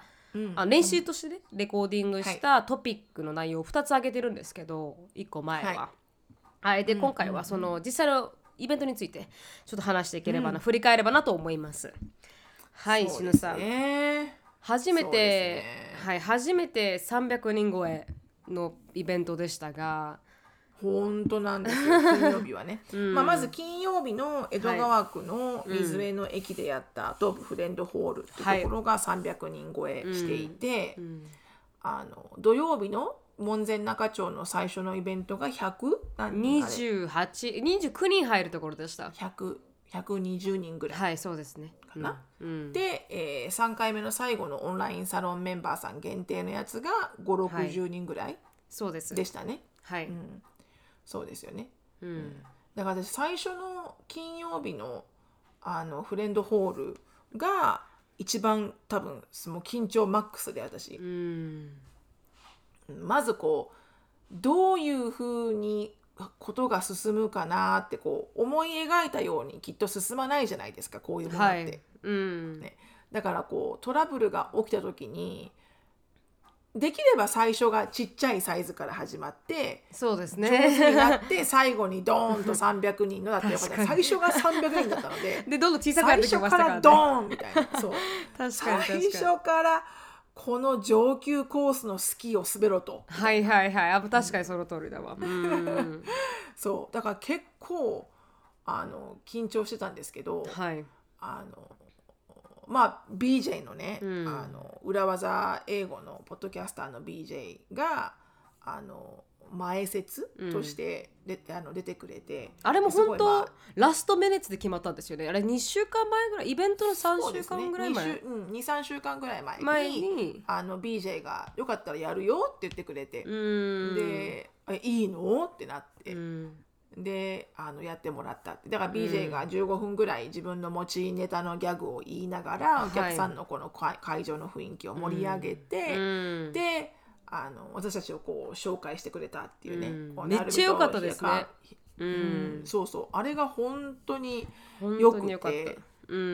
うん、あ練習としてねレコーディングしたトピックの内容をふたつ挙げてるんですけど、いっこまえは、はいはい、で今回はその実際のイベントについてちょっと話していければな、うん、振り返ればなと思います。はい、しぬさん、初めて、ね、はい、初めてさんびゃくにん超えのイベントでしたが、 本当なんですよ。金曜日はね、うんまあ、まず金曜日の江戸川区の水江の駅でやった東武フレンドホールってところがさんびゃくにん超えしていて、はいうんうん、あの土曜日の門前仲町の最初のイベントがひゃく何人にじゅうはち、にじゅうきゅうにん入るところでした。 ひゃく、ひゃくにじゅうにんぐらいはいそうですねかな、うんうん、で、えー、さんかいめの最後のオンラインサロンメンバーさん限定のやつがごじゅう、ろくじゅうにんぐらい、はい、 そうですでしたね。 はい、 うん、そうですよね、 うんうん、 だから私最初の金曜日のあのフレンドホールが一番多分もう緊張マックスで私、うん、まずこうどういうふうにことが進むかなってこう思い描いたようにきっと進まないじゃないですかこういうものって、はいうんね、だからこうトラブルが起きた時にできれば最初がちっちゃいサイズから始まってそうですね上手になって最後にドーンとさんびゃくにんのだってよかった最初がさんびゃくにんだったのででどんどん小さくなってきましたからね最初からドーンみたいなそう確かに確かに最初からこの上級コースのスキーを滑ろとはいはいはいあ確かにその通りだわ、うん、 そうだから結構あの緊張してたんですけど、 はい、 あのまあ ビージェー のね、うん、あの裏技英語のポッドキャスターの ビージェー があの前説としてで、うん、あの出てくれてあれも本当、まあ、ラストメネッツで決まったんですよね。あれにしゅうかんまえぐらいイベントのさんしゅうかんぐらい前、 ねうん、にさんしゅうかんぐらい前に、前にあの ビージェー がよかったらやるよって言ってくれてうんでいいのってなってうんであのやってもらったってだから ビージェー がじゅうごふんぐらい自分の持ちネタのギャグを言いながら、うん、お客さんのこの会場の雰囲気を盛り上げて、うん、であの私たちをこう紹介してくれたっていうね、うん、 こうめっちゃ良かったですね、 うんうん、そうそうあれが本当によくて、 うんうん、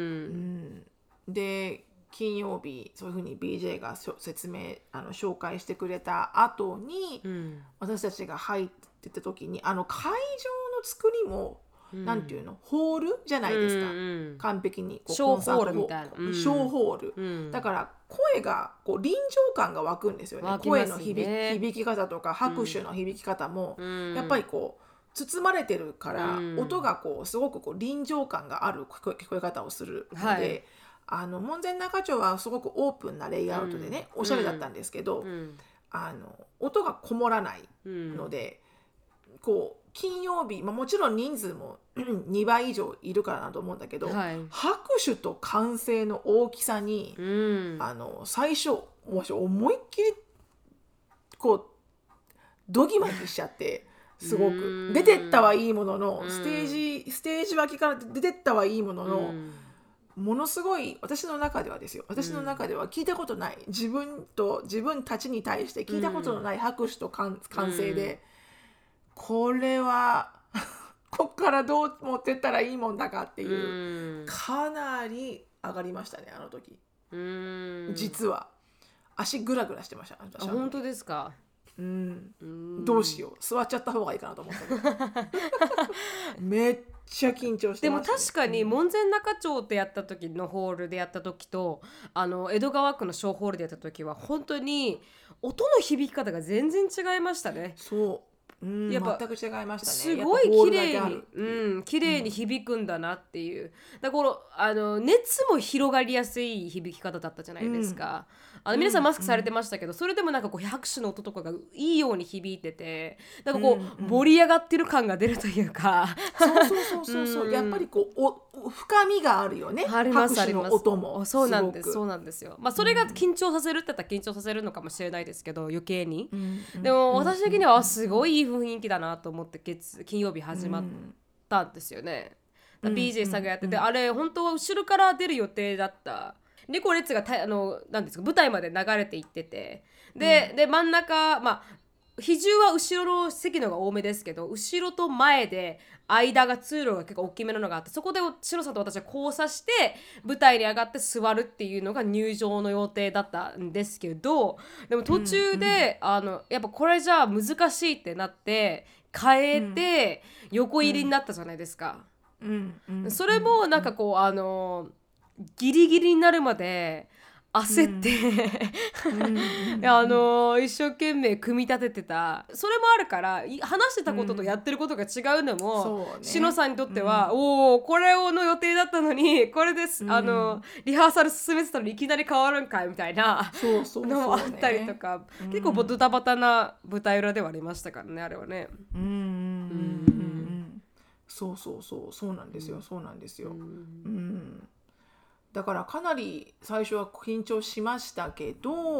で金曜日そういうふうに ビージェー が説明あの紹介してくれた後に、うん、私たちが入ってた時にあの会場の作りも、うん、なんていうのホールじゃないですか、うんうん、完璧にこう小ホールみたいな、 うん、小ホール、うん、だから声がこう臨場感が湧くんですよね。声の響き、響き方とか拍手の響き方も、うん、やっぱりこう包まれてるから、うん、音がこうすごくこう臨場感がある聞こえ方をするので、はい、あの門前仲町はすごくオープンなレイアウトでね、うん、おしゃれだったんですけど、うん、あの音がこもらないので、うん、こう金曜日、まあ、もちろん人数もにばい以上いるからなと思うんだけど、はい、拍手と歓声の大きさに、うん、あの最初思いっきりこうドギマギしちゃってすごく出てったはいいものの、ステージステージ脇から出てったはいいものの、うんものすごい私の中ではですよ私の中では聞いたことない、うん、自分と自分たちに対して聞いたことのない拍手と歓声で、うん、これはこっからどう持ってったらいいもんだかっていう、うん、かなり上がりましたねあの時、うん、実は足グラグラしてました私は。本当ですか。 うん、うんどうしよう座っちゃった方がいいかなと思ったけどめっちゃ緊張してます、ね、 でも確かに門前仲町ってやった時のホールでやった時とあの江戸川区の小ホールでやった時は本当に音の響き方が全然違いましたね。 そううんやっぱ全く違いましたね。 すごい綺麗にうん綺麗に響くんだなっていう、うん、だからあの熱も広がりやすい響き方だったじゃないですか、うん、あの皆さんマスクされてましたけど、うん、それでもなんかこう拍手の音とかがいいように響いててなんかこう、うん、盛り上がってる感が出るというかそうそうそうそうそう、うん、やっぱりこうお深みがあるよね。 あります拍手の音もそうなんですそうなんですよ。まあそれが緊張させるって言ったら緊張させるのかもしれないですけど余計に、うん、でも私的にはすごいいい雰囲気だなと思って月金曜日始まったんですよね、うん、ビージェー さんがやってて、うん、あれ本当は後ろから出る予定だったニコレッツがたあのなんですか舞台まで流れていっててで、うん、で真ん中まあ比重は後ろの席の方が多めですけど、後ろと前で間が通路が結構大きめなのがあって、そこでシロさんと私は交差して舞台に上がって座るっていうのが入場の予定だったんですけど、でも途中で、うんうん、あのやっぱこれじゃあ難しいってなって変えて横入りになったじゃないですか、 うんうんうん、 それもなんかこうあのギリギリになるまで焦って、うん、あの一生懸命組み立ててた、それもあるから話してたこととやってることが違うのも、うん、しのさんにとっては、うん、おおこれの予定だったのにこれです、うん、あのリハーサル進めてたのにいきなり変わるんかいみたいなのもあったりとか、ね、結構ドタバタな舞台裏ではありましたからね、あれはね。 うんうんうん、そうそうそうそうなんですよ、そうなんですよ、うんうんだからかなり最初は緊張しましたけど、うん、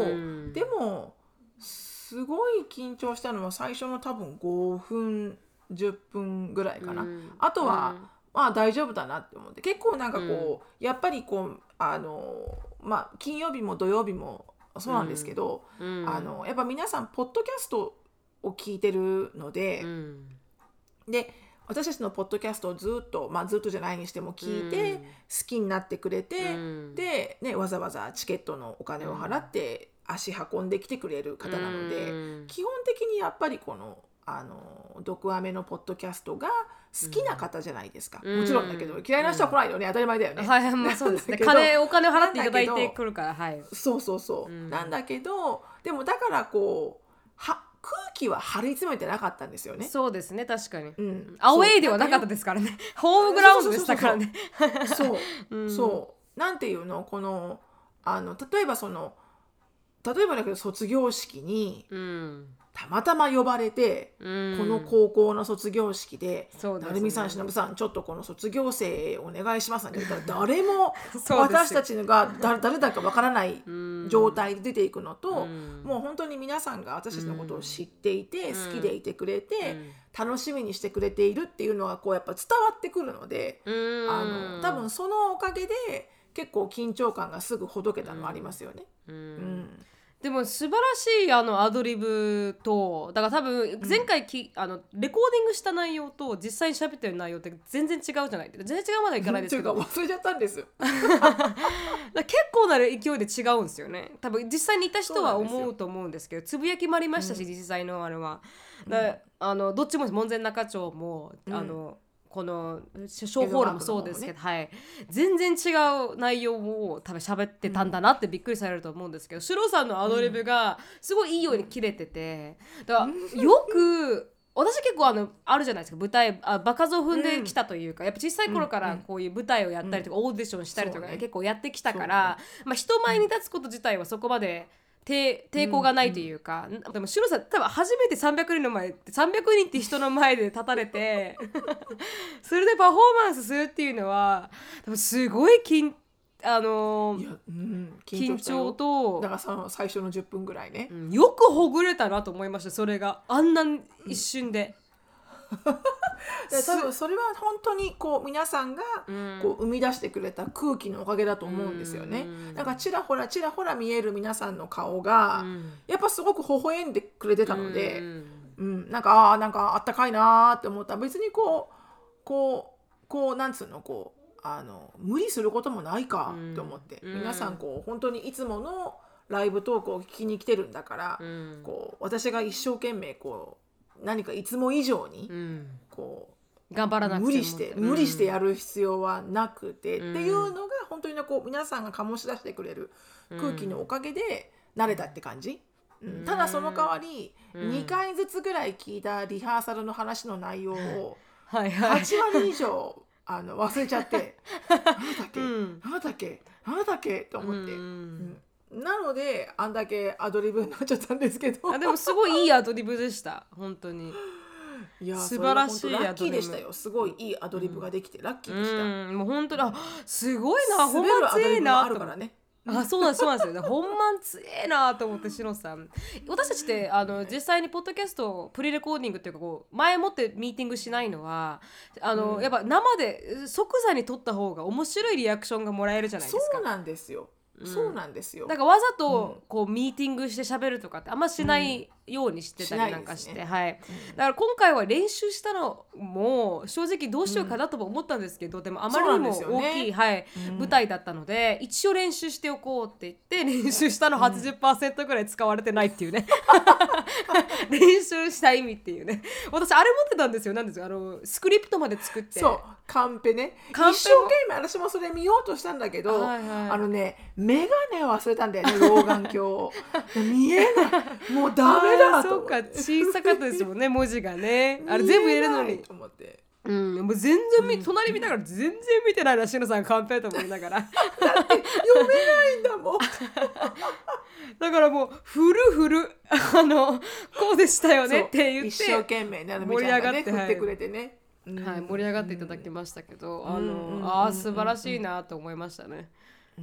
でもすごい緊張したのは最初の多分ごふんじゅっぷんぐらいかな、うん、あとは、うん、まあ大丈夫だなって思って、結構なんかこう、うん、やっぱりこうあのまあ金曜日も土曜日もそうなんですけど、うん、あのやっぱ皆さんポッドキャストを聞いてるので、うん、で私たちのポッドキャストをずっと、まあ、ずっとじゃないにしても聞いて、うん、好きになってくれて、うん、で、ね、わざわざチケットのお金を払って足運んできてくれる方なので、うん、基本的にやっぱりこのあの毒アメのポッドキャストが好きな方じゃないですか、うん、もちろんだけど嫌いな人は来ないよね、うん、当たり前だよね、 はい、まあ、そうですね金お金を払っていただいてくるから、はい、 そうそうそう、うん、なんだけどでもだからこうは空気は張り詰めてなかったんですよね。 そうですね、確かに、うん、アウェイではなかったですからねホームグラウンドでしたからね。 そう、うん、そうなんていうのこのあの例えばその例えばだけど卒業式に、うん、たまたま呼ばれて、うん、この高校の卒業式で「なるみさんしのぶさんちょっとこの卒業生お願いします」って言ったら誰も私たちが誰だかわからない状態で出ていくのと、うん、もう本当に皆さんが私たちのことを知っていて、うん、好きでいてくれて、うん、楽しみにしてくれているっていうのがこうやっぱ伝わってくるので、うん、あの多分そのおかげで結構緊張感がすぐほどけたのはありますよね。うんうんでも素晴らしいあのアドリブと、だから多分前回き、うん、あのレコーディングした内容と実際に喋ってる内容って全然違うじゃない、全然違うまではいかないですけど忘れちゃったんです結構な勢いで違うんですよね。多分実際にいた人は思うと思うんですけど、つぶやきもありましたし、うん、実際のあれはだ、うん、あのどっちも門前仲町も、うん、あのこのショーホールもそうですけど、ねはい、全然違う内容を多分喋ってたんだなってびっくりされると思うんですけど、シロさんのアドリブがすごいいいように切れてて、だからよく私結構あのあるじゃないですか、舞台あ場数を踏んできたというか、やっぱ小さい頃からこういう舞台をやったりとか、オーディションしたりとか結構やってきたから、まあ、人前に立つこと自体はそこまで抵抗がないというか、うんうん、でもシロさん多分初めてさんびゃくにんの前さんびゃくにんって人の前で立たれてそれでパフォーマンスするっていうのは多分すごい緊あのーいやうん、緊張とだからその最初のじゅっぷんぐらいね、 うん、よくほぐれたなと思いました。それがあんな一瞬で、 うん多分それは本当にこう皆さんがこう生み出してくれた空気のおかげだと思うんですよね、うん、なんかちらほらちらほら見える皆さんの顔が、うん、やっぱすごく微笑んでくれてたので、うんうん、なんかあなんかあったかいなって思ったら別にこうこうこうなんつうのこうあの無理することもないかって思って、うん、皆さんこう本当にいつものライブトークを聞きに来てるんだから、うん、こう私が一生懸命こう何かいつも以上にこう、 うん、頑張らなくても無理して、うん、無理してやる必要はなくて、うん、っていうのが本当にこう皆さんが醸し出してくれる空気のおかげで慣れたって感じ、うんうん、ただその代わり、うん、にかいずつぐらい聞いたリハーサルの話の内容をはちわり以上あの忘れちゃってなんだっけ、うん、なんだっけなんだっけと思って、うんうんなのであんだけアドリブになっちゃったんですけどあでもすごいいいアドリブでした本当に。 いや素晴らしいラッキーでしたよ。すごいいいアドリブができて、うん、ラッキーでした。 うんもう本当にあすごいな本番強いなと思って、ね、あそうなんそうなんですよ、ね、本番強いなと思ってシロさん私たちってあの実際にポッドキャストプリレコーディングっていうかこう前もってミーティングしないのはあの、うん、やっぱ生で即座に撮った方が面白いリアクションがもらえるじゃないですか。 そうなんですよそうなんですよ。 だからわざとこうミーティングして喋るとかってあんましないようにしてたりなんかして、うんね、はい、うん、だから今回は練習したのも正直どうしようかなとも思ったんですけど、うん、でもあまりにも大きい、ね、はい、うん、舞台だったので一応練習しておこうって言って練習したの はちじゅっパーセント ぐらい使われてないっていうね、うん、練習した意味っていうね。私あれ持ってたんですよ。なんですか、あのスクリプトまで作って、 そうカンペね、一生懸命私もそれ見ようとしたんだけど、はいはい、あのねメガネを忘れたんだよね、老眼鏡見えないもうダメだと思って。そうか、 小さかったですもんね文字がねあれ全部入れるのにと思って、うん、もう全然見、うん、隣見ながら全然見てないらしいのさんカンペと思いながらだって読めないんだもんだからもうフルフルあのこうでしたよねって言って一生懸命ね盛り上がって振ってくれてね、 はい、盛り上がっていただきましたけど、うん、あのあ素晴らしいなと思いましたね。 うん、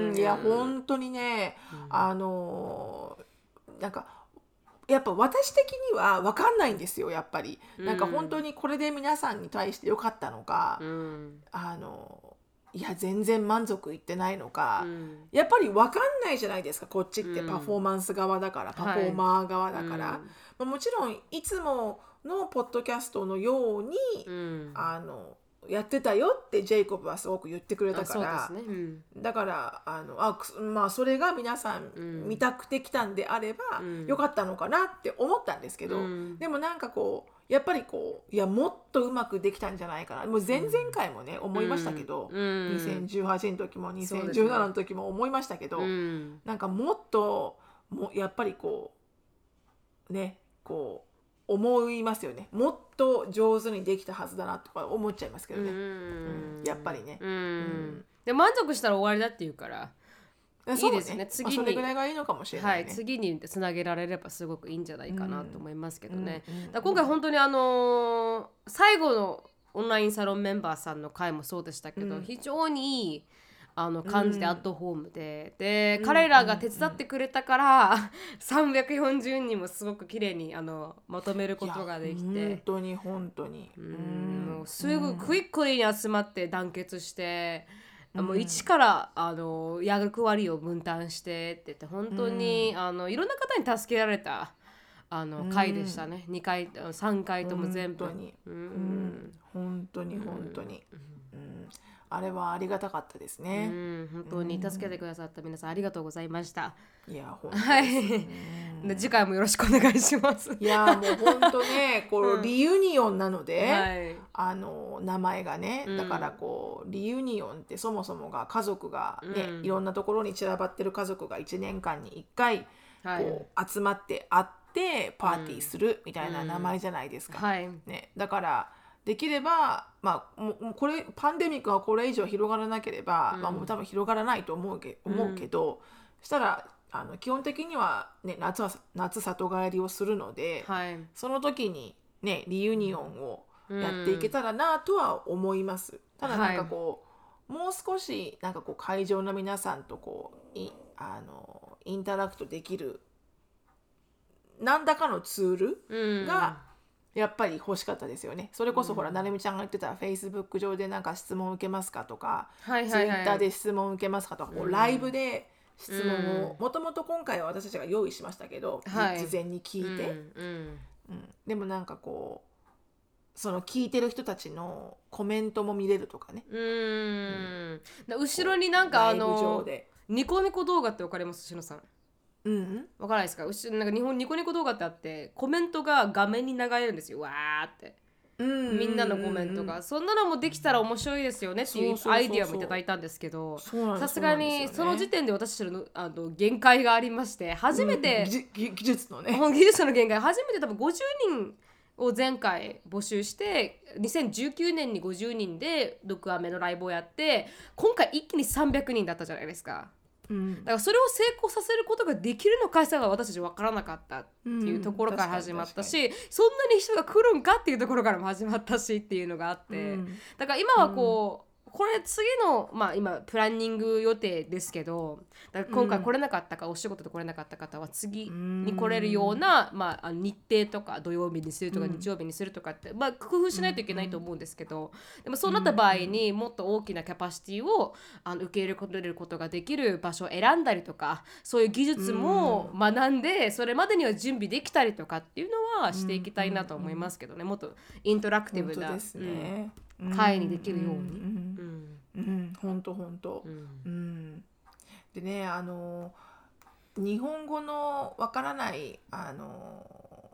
うん、いや本当にね、うん、あのなんかやっぱ私的には分かんないんですよ。やっぱりなんか本当にこれで皆さんに対して良かったのか、うん、あのいや全然満足いってないのか、うん、やっぱり分かんないじゃないですか。こっちってパフォーマンス側だから、うん、パフォーマー側だから、はい、まあ、もちろんいつものポッドキャストのように、うん、あのやってたよってジェイコブはすごく言ってくれたから、そうですね、うん、だからあのあ、まあ、それが皆さん見たくてきたんであれば、うん、よかったのかなって思ったんですけど、うん、でもなんかこうやっぱりこういやもっとうまくできたんじゃないかな。もう前々回もね、うん、思いましたけど、うん、にせんじゅうはちの時もにせんじゅうななの時も思いましたけど、うん、なんかもっともやっぱりこうねこう思いますよね。もっと上手にできたはずだなとか思っちゃいますけどね、うんうん、やっぱりね、うんうん、 で満足したら終わりだっていうからいいですね。 ね、 次に、 まあ、それぐらいがいいのかもしれないね、 はい、次につなげられればすごくいいんじゃないかなと思いますけどね、うんうんうん、だ今回本当にあのー、最後のオンラインサロンメンバーさんの回もそうでしたけど、うん、非常にいいあの感じでアットホームで、うん、で、うん、彼らが手伝ってくれたから、うん、さんびゃくよんじゅうにんもすごく綺麗にあのまとめることができて、 本当に本当に、 うん、もうすぐクイックに集まって団結して、うん、もう一からあの役割を分担してって言って本当に、うん、あのいろんな方に助けられたあの回でしたね、うん、にかいさんかいとも全部本当に、うんうん、本当に本当に、うんうん、あれはありがたかったですね、 うん、本当に助けてくださった皆さんありがとうございました。 いや本当です、はい、 で次回もよろしくお願いします。 いやもう本当ねこうリユニオンなので、うんはい、あの名前がねだからこう、うん、リユニオンってそもそもが家族がね、うん、いろんなところに散らばってる家族がいちねんかんにいっかいこう集まって会ってパーティーするみたいな名前じゃないですか、うんはいね、だからできれば、まあ、もうこれパンデミックがこれ以上広がらなければ、うんまあ、もう多分広がらないと思うけ、思うけど、うん、したらあの基本的には、ね、夏は夏里帰りをするので、はい、その時に、ね、リユニオンをやっていけたらなとは思います、うん、ただなんかこう、はい、もう少しなんかこう会場の皆さんとこういあのインタラクトできる何らかのツールがやっぱり欲しかったですよね。それこそほら、うん、なるみちゃんが言ってた Facebook 上でなんか質問を受けますかとか、はいはいはい、Twitter で質問を受けますかとか、こうライブで質問をもともと今回は私たちが用意しましたけど、はい、事前に聞いて、うんうんうん、でもなんかこうその聞いてる人たちのコメントも見れるとかね、うんうん、後ろになんかあのニコニコ動画ってわかります？しのさんうん、わからないですか？後ろなんか日本ニコニコ動画ってあってコメントが画面に流れるんですよ。わーってうんみんなのコメントがそんなのもできたら面白いですよねっていうアイディアもいただいたんですけど、さすがにその時点で私たちのあの限界がありまして初めて、 うん、技術のね技術の限界初めて多分ごじゅうにんを前回募集してにせんじゅうきゅうねんにごじゅうにんでドクアメのライブをやって今回一気にさんびゃくにんだったじゃないですか。うん、だからそれを成功させることができるのかさが私たち分からなかったっていうところから始まったし、うん、そんなに人が来るんかっていうところからも始まったしっていうのがあって、うん、だから今はこう、 これ次の、まあ、今プランニング予定ですけど、だから今回来れなかったか、うん、お仕事で来れなかった方は次に来れるような、まあ、日程とか土曜日にするとか日曜日にするとかって、まあ、工夫しないといけないと思うんですけど、でもそうなった場合にもっと大きなキャパシティをあの受け入れることができる場所を選んだりとか、そういう技術も学んでそれまでには準備できたりとかっていうのはしていきたいなと思いますけどね。もっとインタラクティブな、ね、うん、会にできるように、 うんうん、ほんとほんと、うんうん、でね、あの日本語のわからないあの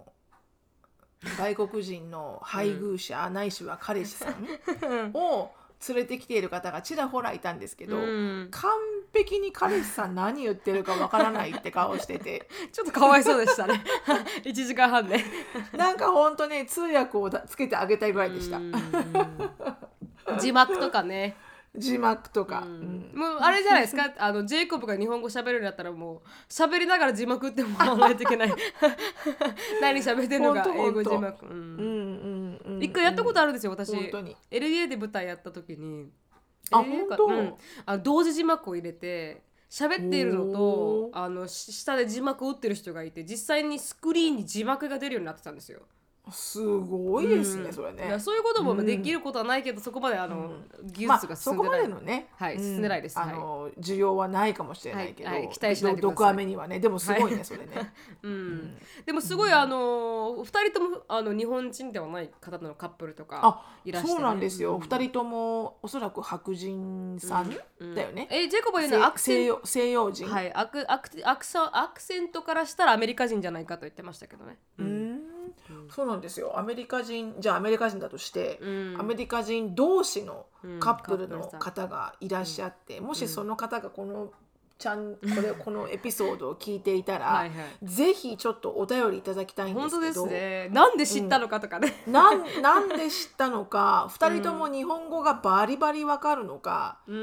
外国人の配偶者、うん、ないしは彼氏さんを連れてきている方がちらほらいたんですけど、うん、完璧に彼氏さん何言ってるかわからないって顔しててちょっとかわいそうでしたねいちじかんはんねなんかほんとね、通訳をつけてあげたいぐらいでした。 字幕とかね、 字幕とか、 うんうん、もうあれじゃないですかあのジェイコブが日本語喋るようになったらもう喋りながら字幕ってもらわないといけない何喋ってるのか英語字幕、うんうんうん、一回やったことあるんですよ私。 エルエー で舞台やった時にあ、本当、うん、 あの同時字幕を入れて喋っているのとあの下で字幕を打ってる人がいて、実際にスクリーンに字幕が出るようになってたんですよ。 すごいですね、うん、それね。 いやそういうこともできることはないけど、うん、そこまであの、うん、技術が進んでない、まあ、そこまでのね、 はい、進んでないです、 あの需要はないかもしれないけど、 はいはい、期待しないでください。 毒アメにはね、でもすごいね、はい、それね、 うんうん、でもすごいあのふたりともあの日本人ではない方のカップルとかいらっしゃる、ね、 そうなんですよ、うん、ふたりともおそらく白人さんだよね、 うんうん、えジェイコブは言うのはアクセント、 西洋人、 はい、アクアクアクサアクセントからしたらアメリカ人じゃないかと言ってましたけどね。 うん、うんそうなんですよ。アメリカ人じゃあアメリカ人だとして、うん、アメリカ人同士のカップルの方がいらっしゃって、うん、もしその方がこのちゃんこれこのエピソードを聞いていたらはい、はい、ぜひちょっとお便りいただきたいんですけど。 本当ですね。なんで知ったのかとかね、 うん、なんなんで知ったのかふたりとも日本語がバリバリわかるのか、うん、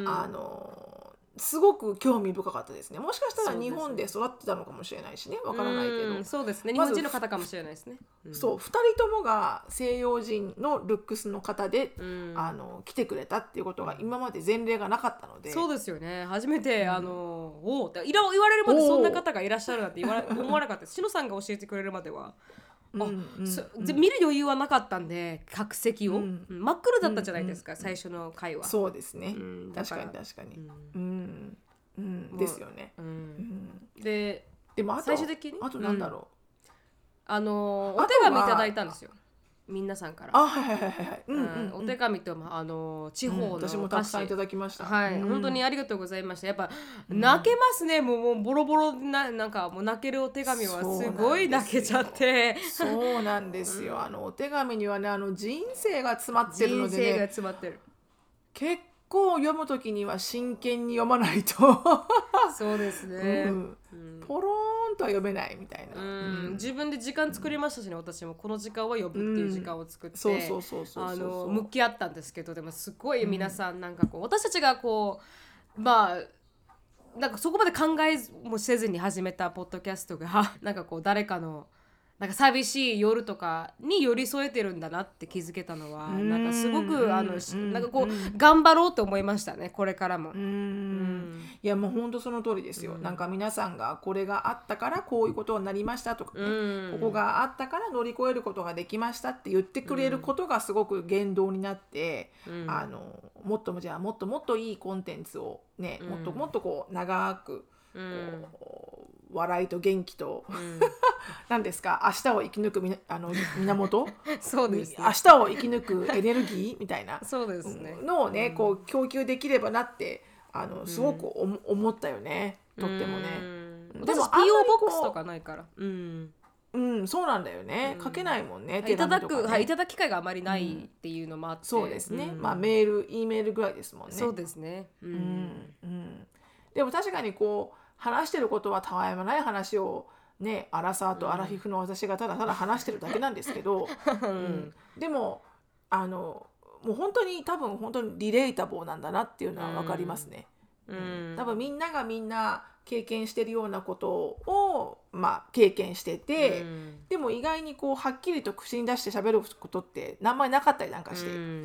あのすごく興味深かったですね。もしかしたら日本で育ってたのかもしれないしね、わからないけど。 そうですね、日本人の方かもしれないですね、 うん、そうふたりともが西洋人のルックスの方で、うん、あの来てくれたっていうことが今まで前例がなかったので。 そうですよね、初めて、うん、あのお言われるまでそんな方がいらっしゃるなんて言わ思わなかったです。しのさんが教えてくれるまではあ、うんうん、見る余裕はなかったんで、客席を、うん、真っ黒だったじゃないですか、うん、最初の回は。 そうですね、うん、確かに確かに、うんうん、ですよね、うんうん、で, でもあと最終的にあとなんだろう、うん、 あのお手紙いただいたんですよ、皆さんから。 あ、はいはいはいはい、うんうんうん、 お手紙と、あの地方の、うん、 私もたくさんいただきました。 はい、うん、本当にありがとうございました。やっぱ、うん、泣けますね。もう、もうボロボロな、なんかもう泣けるお手紙はすごい泣けちゃって。 そうなんですよ。あのお手紙にはね、あの人生が詰まってるのでね。 人生が詰まってる。 結構読むときには真剣に読まないとそうですね、 うんうん、ポローンとは読めないみたいな、うんうん、自分で時間作りましたしね、私もこの時間は読むっていう時間を作って向き合ったんですけど、でもすごい皆さんなんかこう、私たちがこうまあなんかそこまで考えもせずに始めたポッドキャストがなんかこう誰かのなんか寂しい夜とかに寄り添えてるんだなって気づけたのは、なんかすごくあのなんかこう頑張ろうと思いましたね、これからも。うんうんいやもう本当その通りですよ、うん、なんか皆さんがこれがあったからこういうことになりましたとかね、うん、ここがあったから乗り越えることができましたって言ってくれることがすごく原動になって、うん、あのもっともじゃあもっともっといいコンテンツをね、うん、もっともっとこう長くこう、うん笑いと元気と、うん、何ですか、明日を生き抜くみあの源そうです、ね、 明日を生き抜くエネルギーみたいなそうです、ね、 のをね、うん、こう供給できればなってあのすごくお、うん、思ったよね、とってもね、うん、 でも ピーオー ボックスとかないからうんうん、そうなんだよね、うん、書けないもんね、手紙とかね、いただく、はい、いただく機会があまりないっていうのもあって、うん、 そうですね、うん、まあメール E メールぐらいですもんね。 そうですね、うんうんうん、でも確かにこう話してることはたわいもない話をね、アラサーとアラフィフの私がただただ話してるだけなんですけど、うん、でもあのもう本当に多分本当にリレータボーなんだなっていうのは分かりますね、うんうん、多分みんながみんな経験してるようなことを、まあ、経験してて、うん、でも意外にこうはっきりと口に出して喋ることって何枚なかったりなんかして、うん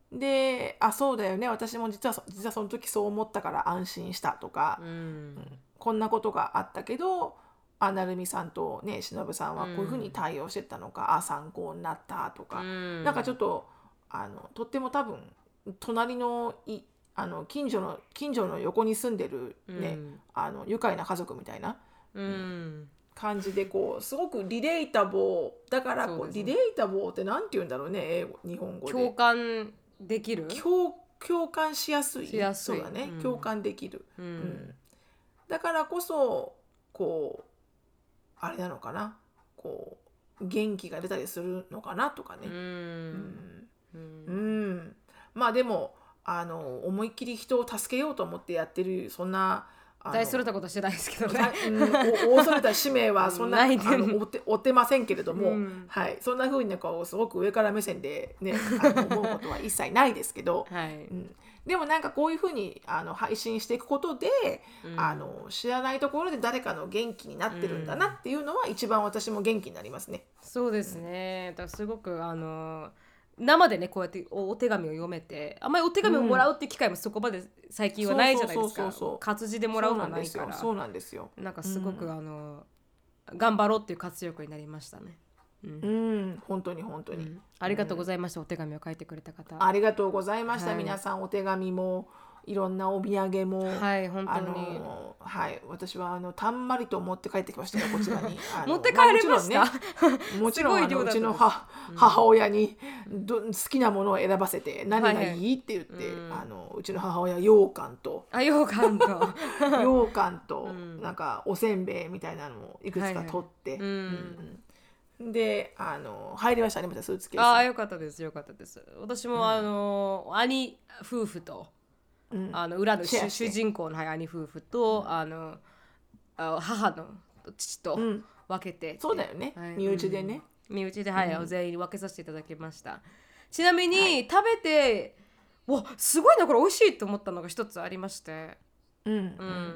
で、あ、そうだよね、私も実は実はその時そう思ったから安心したとか、 うんうんこんなことがあったけど、あなるみさんとねしのぶさんはこういうふうに対応してたのか、うん、あ参考になったとか、うん、なんかちょっとあのとっても多分隣のいあの近所の近所の横に住んでるね、うん、あの愉快な家族みたいな、うん、感じでこうすごくリレータボーだからこう、ね、リレータボーってなんて言うんだろうね、英語日本語で共感できる共, 共感しやすいしやすいそうだね、 うん、 共感できる、 うんうん、だからこそこうあれなのかな、こう元気が出たりするのかなとかね、うんうんうん、まあでもあの思いっきり人を助けようと思ってやってるそんな大それたことしてないですけどね、 うん、大それた使命はそんなあの追って追ってませんけれども、うんはい、そんな風になんかすごく上から目線で、ね、あの思うことは一切ないですけど、はいうん、でもなんかこういう風にあの配信していくことで、うん、あの知らないところで誰かの元気になってるんだなっていうのは一番私も元気になりますね。 そうですね、だからすごくあの生でねこうやってお手紙を読めて、あんまりお手紙をもらうっていう機会もそこまで最近はないじゃないですか。活字でもらうのはないから、 そうなんですよ。 なんかすごく、うん、あの頑張ろうっていう活力になりましたね。 うん、うん、本当に本当に、うん、 ありがとうございました、うん、お手紙を書いてくれた方ありがとうございました、はい、皆さんお手紙もいろんなお土産も、 はい本当にあの、はい、私はあのたんまりと持って帰ってきましたよこちらに持って帰れました、 まあ、もちろんねもちろんあのうちの母、うん、母親にど好きなものを選ばせて何がいいって言って、はいはい、あのうちの母親羊羹とあ羊羹と羊羹と、うん、なんかおせんべいみたいなのをいくつか取って、はいはいうんうん、であの入りましたねまたスーツケース。 ああよかったですよかったです。私も、うん、あの兄夫婦とうん、あの裏の主人公の兄夫婦と、うん、あのあ母の父と分けて、うん、 そうだよね、はい、身内でね、 うん、身内で、はいうん、全員分けさせていただきました。ちなみに、はい、食べてわすごいなこれ美味しいと思ったのが一つありまして、うんうん、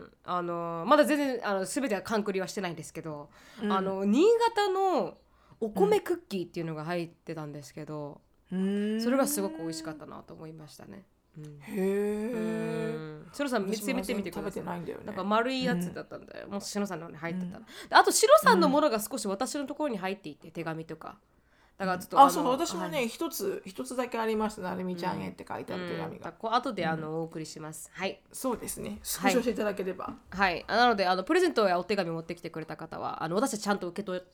あのまだ全然あの全ては完クリはしてないんですけど、うん、あの新潟のお米クッキーっていうのが入ってたんですけど、うん、それがすごく美味しかったなと思いましたね。うん、へえ。しのさん見てみてみてください。なんなんか丸いやつだったんだよ。うん、もししのさんの方に入ってた、うん、あとしのさんのものが少し私のところに入っていて、うん、手紙とか。だからちょっと、 うん、あ, あそう私もね一、はい、つ一つだけありました。なるみちゃんへって書いてある手紙が。うん、 こう後であの、うん、お送りします。はい。 そうですね。少し教えていただければ。 はい。はい、なのであのプレゼントやお手紙持ってきてくれた方はあの私たちちゃんと受け取って、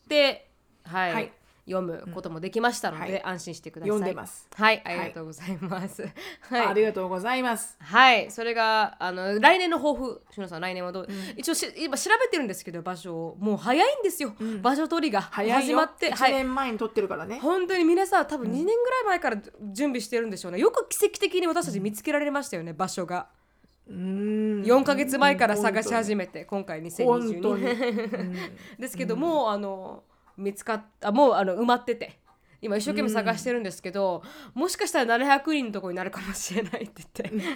はい。はい読むこともできましたので、うんはい、安心してください。 読んでます。 はい、ありがとうございます。 はい、ありがとうございます。 はい、それがあの来年の抱負、しのさん来年はどう？うん、一応し今調べてるんですけど場所をもう早いんですよ。うん、場所取りが始まっていちねんまえに取ってるからね。 はい、本当に皆さん多分にねんぐらい前から準備してるんでしょうね。よく奇跡的に私たち見つけられましたよね、場所が。うーんよんかげつまえから探し始めて今回にせんにじゅうにねんですけども、あの見つかったもうあの埋まってて。今一生懸命探してるんですけど、うん、もしかしたらななひゃくにんのところになるかもしれないって言って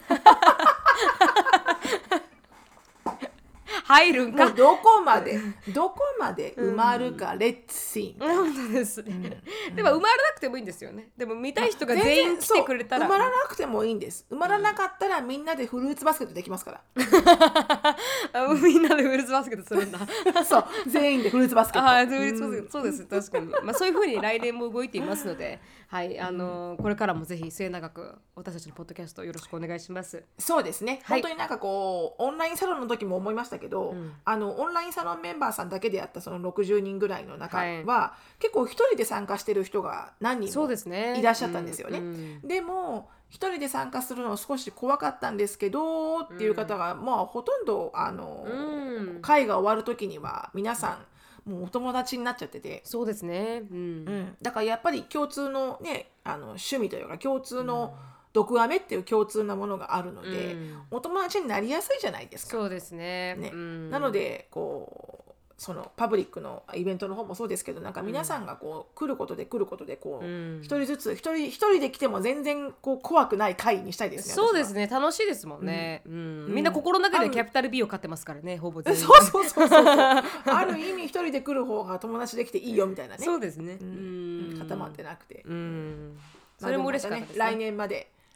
入るんかもうどこまでどこまで埋まるか、うん、レッツシー本当ですね、うん、でも埋まらなくてもいいんですよね。でも見たい人が全員来てくれたら埋まらなくてもいいんです。埋まらなかったらみんなでフルーツバスケットできますからみんなでフルーツバスケットするんだそう全員でフルーツバスケットあフルーツバスケットそうです確かに、まあ、そういう風に来年も動いていますのではいあのー、これからもぜひ末永く私たちのポッドキャストよろしくお願いします。 そうですね、はい、本当になんかこうオンラインサロンの時も思いましたけど、うん、あのオンラインサロンメンバーさんだけでやったそのろくじゅうにんぐらいの中は、はい、結構一人で参加してる人が何人もいらっしゃったんですよね。で, すね、うん、でも一人で参加するの少し怖かったんですけどっていう方が、うん、まあほとんどあの、うん、会が終わる時には皆さんもうお友達になっちゃっててそうですね、うんうん、 だからやっぱり共通のねあの趣味というか共通の、うん毒アメっていう共通なものがあるので、うん、お友達になりやすいじゃないですか。 そうですね。 ね、 うん、 なのでこうそのパブリックのイベントの方もそうですけどなんか皆さんがこう来ることで来ることでこう、うん、一人ずつ一人一人で来ても全然こう怖くない会にしたいですね。 そうですね楽しいですもんね、うんうん、みんな心の中でキャピタル B を買ってますからねほぼ全員そうそうそうそうある意味一人で来る方が友達できていいよみたいなねそうですね、 うん、固まってなくて、 うん、それも嬉しかったですね、 来年まで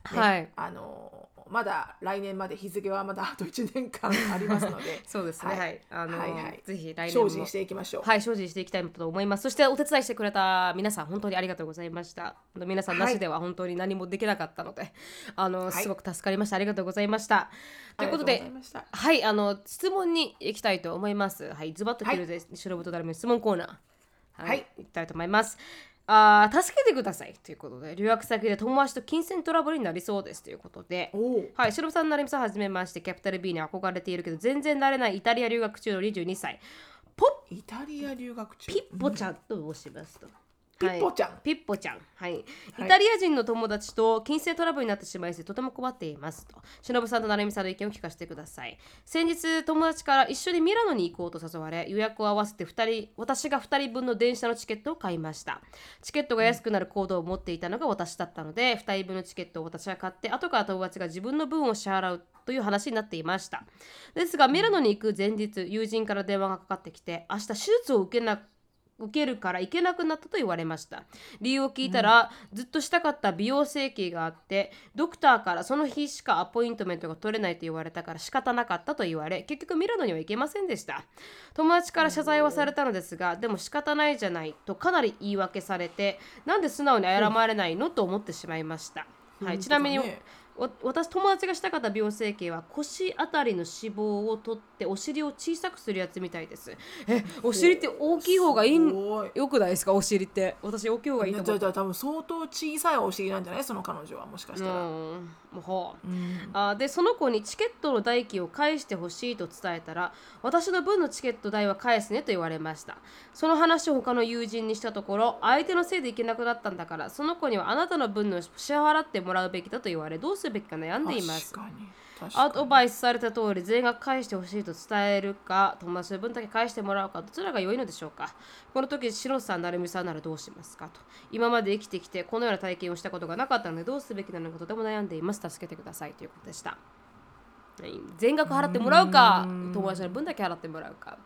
はい、 あのまだ来年まで日付はまだあといちねんかんありますのでそうですね、はい、あの、はいはい、ぜひ来年も精進していきましょう。 はい、精進していきたいと思います。そしてお手伝いしてくれた皆さん本当にありがとうございました。皆さんなしでは本当に何もできなかったので、はい、あのすごく助かりました。ありがとうございました。ということで、はい、あの質問に行きたいと思います。はい、ズバッと切るで、はい、白太だるめ質問コーナー、はい、はい、行きたいと思います。あ助けてくださいということで、留学先で友達と金銭トラブルになりそうですということで、はい、しろぶさん、なるみさんはじめまして。キャピタル B に憧れているけど全然なれないイタリア留学中のにじゅうにさいポッイタリア留学中ピッポちゃんと申しますと、 ピッポちゃん、はい、 ピッポちゃん、はい、イタリア人の友達と金銭トラブルになってしまいとても困っていますと。しのぶさんとなるみさんの意見を聞かせてください。先日友達から一緒にミラノに行こうと誘われ、予約を合わせてふたり私がふたりぶんの電車のチケットを買いました。チケットが安くなるコードを持っていたのが私だったので、ふたりぶんのチケットを私が買って、後から友達が自分の分を支払うという話になっていました。ですがミラノに行く前日、友人から電話がかかってきて、明日手術を受けな受けるから行けなくなったと言われました。理由を聞いたら、うん、ずっとしたかった美容整形があって、ドクターからその日しかアポイントメントが取れないと言われたから仕方なかったと言われ、結局ミラノには行けませんでした。友達から謝罪はされたのですが、でも仕方ないじゃないとかなり言い訳されて、なんで素直に謝れないの、うん、と思ってしまいました。はい、ちなみに私友達がしたかった美容整形は腰あたりの脂肪を取ってお尻を小さくするやつみたいです。え、お尻って大きい方がいいんよくないですか？お尻って私大きい方がいいと思う。 多分相当小さいお尻なんじゃない？その彼女はもしかしたら。 うんもう、うん、あでその子にチケットの代金を返してほしいと伝えたら、私の分のチケット代は返すねと言われました。その話を他の友人にしたところ、相手のせいで行けなくなったんだから、その子にはあなたの分の支払ってもらうべきだと言われ、どうするべきか悩んでいます。アドバイスされた通り全額返してほしいと伝えるか、友達の分だけ返してもらうか、どちらが良いのでしょうか。この時しろさん、なるみさんならどうしますかと。今まで生きてきてこのような体験をしたことがなかったので、どうすべきなのかとても悩んでいます。助けてくださいということでした。全額払ってもらうか、友達の分だけ払ってもらうか、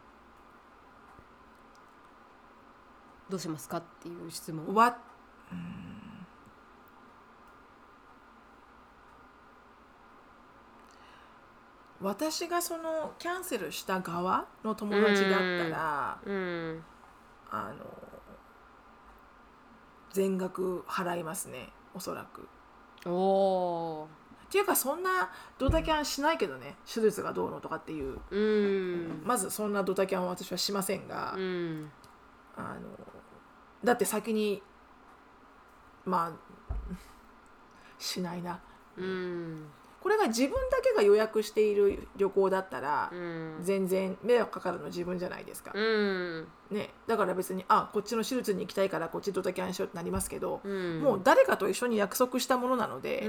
どうしますかっていう質問。 わ私がそのキャンセルした側の友達だったら、うんうん、あの全額払いますね、おそらく。おっていうか、そんなドタキャンしないけどね、手術がどうのとかっていう、うん、まずそんなドタキャンは私はしませんが、うん、あのだって先にまあしないな、うん、これが自分だけが予約している旅行だったら、うん、全然迷惑かかるの自分じゃないですか、うんね、だから別にあこっちの手術に行きたいからこっちドタキャンしようってなりますけど、うん、もう誰かと一緒に約束したものなので、うん、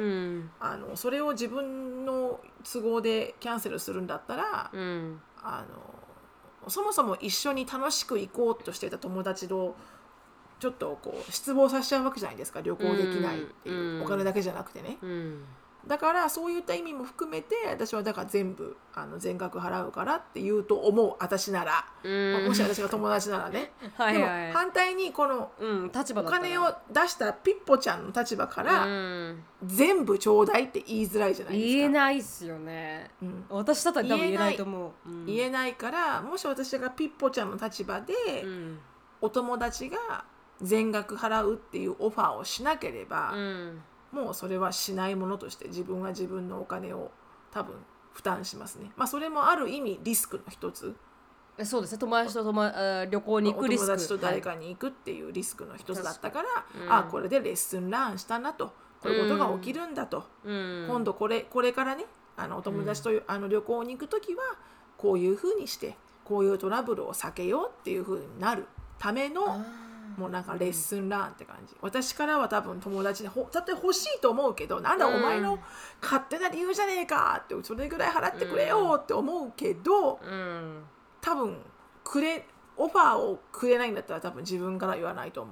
あのそれを自分の都合でキャンセルするんだったら、うん、あのそもそも一緒に楽しく行こうとしていた友達とちょっとこう失望させちゃうわけじゃないですか、旅行できないっていう、うん、お金だけじゃなくてね、うんだからそういった意味も含めて私はだから全部あの全額払うからって言うと思う、私なら、まあ、もし私が友達ならねはい、はい、でも反対にこのお金を出したピッポちゃんの立場から全部ちょうだいって言いづらいじゃないですか。 言えないっすよね、うん、私だったら多分言えないと思う。 言えない、うん、言えないから、もし私がピッポちゃんの立場で、うん、お友達が全額払うっていうオファーをしなければ、うんもうそれはしないものとして自分は自分のお金を多分負担しますね。まあそれもある意味リスクの一つ。 そうですね、友達と友旅行に行くリスク、 お友達と誰かに行くっていうリスクの一つだったから、はい、あこれでレッスンランしたなと、こういうことが起きるんだと、うん、今度これこれからねあのお友達と、うん、あの旅行に行くときはこういうふうにしてこういうトラブルを避けようっていうふうになるためのもうなんかレッスンランって感じ、うん、私からは多分友達にほだって欲しいと思うけど、なんだお前の勝手な理由じゃねえかってそれぐらい払ってくれよって思うけど、うん、多分くれオファーをくれないんだったら多分自分から言わないと思う。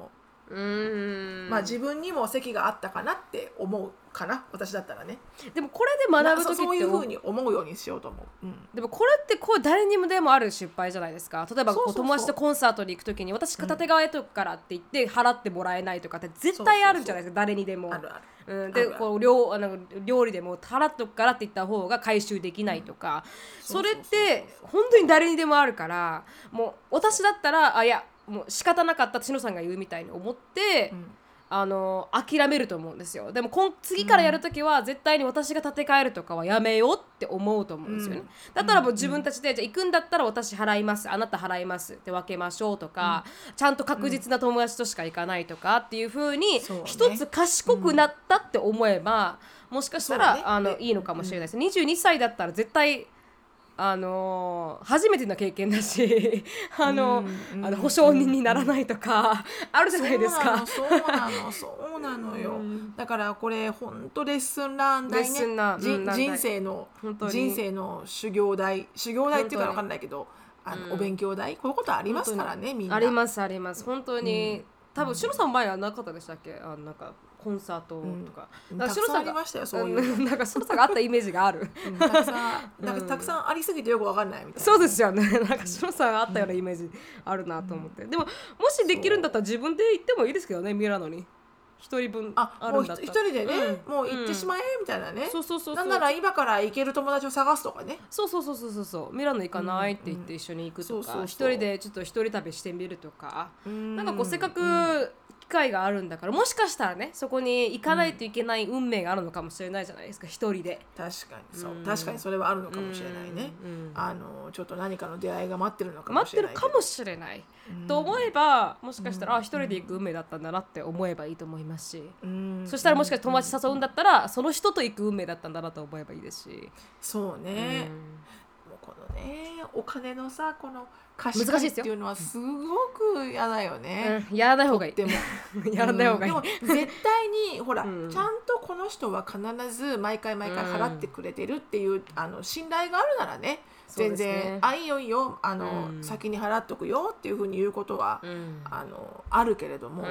うーんまあ自分にも席があったかなって思うかな、私だったらね。 でもこれで学ぶ時ってそういう風に思うようにしようと思う、うん、 でもこれってこう誰にもでもある失敗じゃないですか。例えばこう友達とコンサートに行く時に私片手側へとからって言って払ってもらえないとかって絶対あるんじゃないですか、誰にでも。 あるある。 うん、でこう 料, あの料理でも払っとくからって言った方が回収できないとか、うん、それって本当に誰にでもあるから、もう私だったらあいやもう仕方なかったしのさんが言うみたいに思って、うん、あの諦めると思うんですよ。でもこ次からやるときは絶対に私が立て替えるとかはやめようって思うと思うんですよね、うん、だったらもう自分たちで、うん、じゃあ行くんだったら私払います、あなた払いますって分けましょうとか、うん、ちゃんと確実な友達としか行かないとかっていう風に一つ賢くなったって思えば、うん、もしかしたら、ね、あのいいのかもしれないです、うん、にじゅうにさいだったら絶対あのー、初めての経験だしあの、うん、あの保証人にならないとか、うん、あるじゃないですか。 そうなのそうなのよ、うん、だからこれ本当レッスンラン代ね、うん、人生の人生の修行代修行代っていうか分かんないけど、あの、うん、お勉強代こういうことありますからね、みんな。 ありますあります本当に、うん、多分シロさん前はなかったでしたっけ、あなんかコンサートとか、 うん、なんかたくさんありましたよそういうなんかシロさんがあったイメージがある、 うん、たくさんなんかたくさんありすぎてよくわかんないみたいな。 そうですよね、なんかシロさんがあったようなイメージあるなと思って、うん、でももしできるんだったら自分で行ってもいいですけどね、ミラノに一人分あるんだったら一人でね、うん、もう行ってしまえみたいなね、うん、 そうそうそうそう、 なんなら今から行ける友達を探すとかね、 そうそうそうそうそうミラノ行かないって言って一緒に行くとか、一人でちょっと一人旅してみるとか、うん、なんかこうせっかく、うん機会があるんだから、もしかしたらねそこに行かないといけない運命があるのかもしれないじゃないですか、一人で。 確かにそう、うん、確かにそれはあるのかもしれないね、うん、あのちょっと何かの出会いが待ってるのかもしれない、 待ってるかもしれない、うん、と思えばもしかしたら、うん、あ一人で行く運命だったんだなって思えばいいと思いますし、うん、そしたらもしかして友達誘うんだったら、その人と行く運命だったんだなと思えばいいですし。 そうね、もうこのねお金のさこの貸し借りっていうのはすごく嫌だよね、 うん、やらない方がいい。でもやらない方がいい、 うん、でも絶対にほら、うん、ちゃんとこの人は必ず毎回毎回払ってくれてるっていう、うん、あの信頼があるならね全然、ね、あいいよいいよあの、うん、先に払っとくよっていうふうに言うことは、うん、あのあるけれども、うん、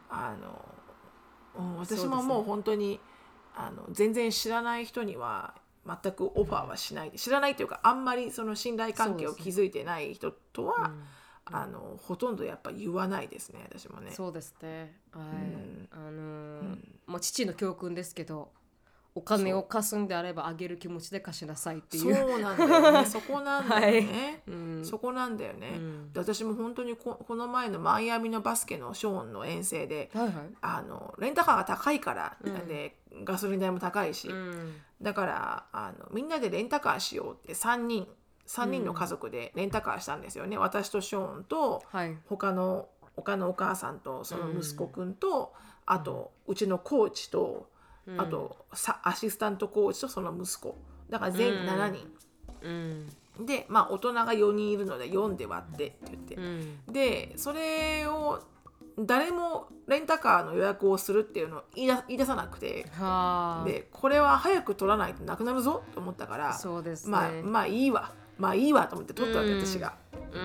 あの、うん、私ももう本当にあの全然知らない人には全くオファーはしないで、知らないというかあんまりその信頼関係を築いてない人とは、うん、あのほとんどやっぱ言わないですね、私もね。 そうですね、はい、うん、あのーうん、もう父の教訓ですけど、お金を貸すんであればあげる気持ちで貸しなさいっていう。 そうなんだよねそこなんだよね、はいうん、そこなんだよね、うん、で私も本当に こ, この前のマイアミのバスケのショーンの遠征で、はいはい、あのレンタカーが高いから、うん、でガソリン代も高いし、うん、だからあのみんなでレンタカーしようってさんにんさんにんの家族でレンタカーしたんですよね、うん、私とショーンと、はい、他の他のお母さんとその息子くんと、うん、あとうちのコーチとあとさアシスタントコーチとその息子だから全員しちにん、うん、でまあ大人がよにんいるのでよんで割ってって言って、うん、でそれを誰もレンタカーの予約をするっていうのを言い出、言い出さなくて、はでこれは早く取らないとなくなるぞと思ったから、 そうですね、 まあまあいいわまあいいわと思って取ったわけ、うん、私が、うん、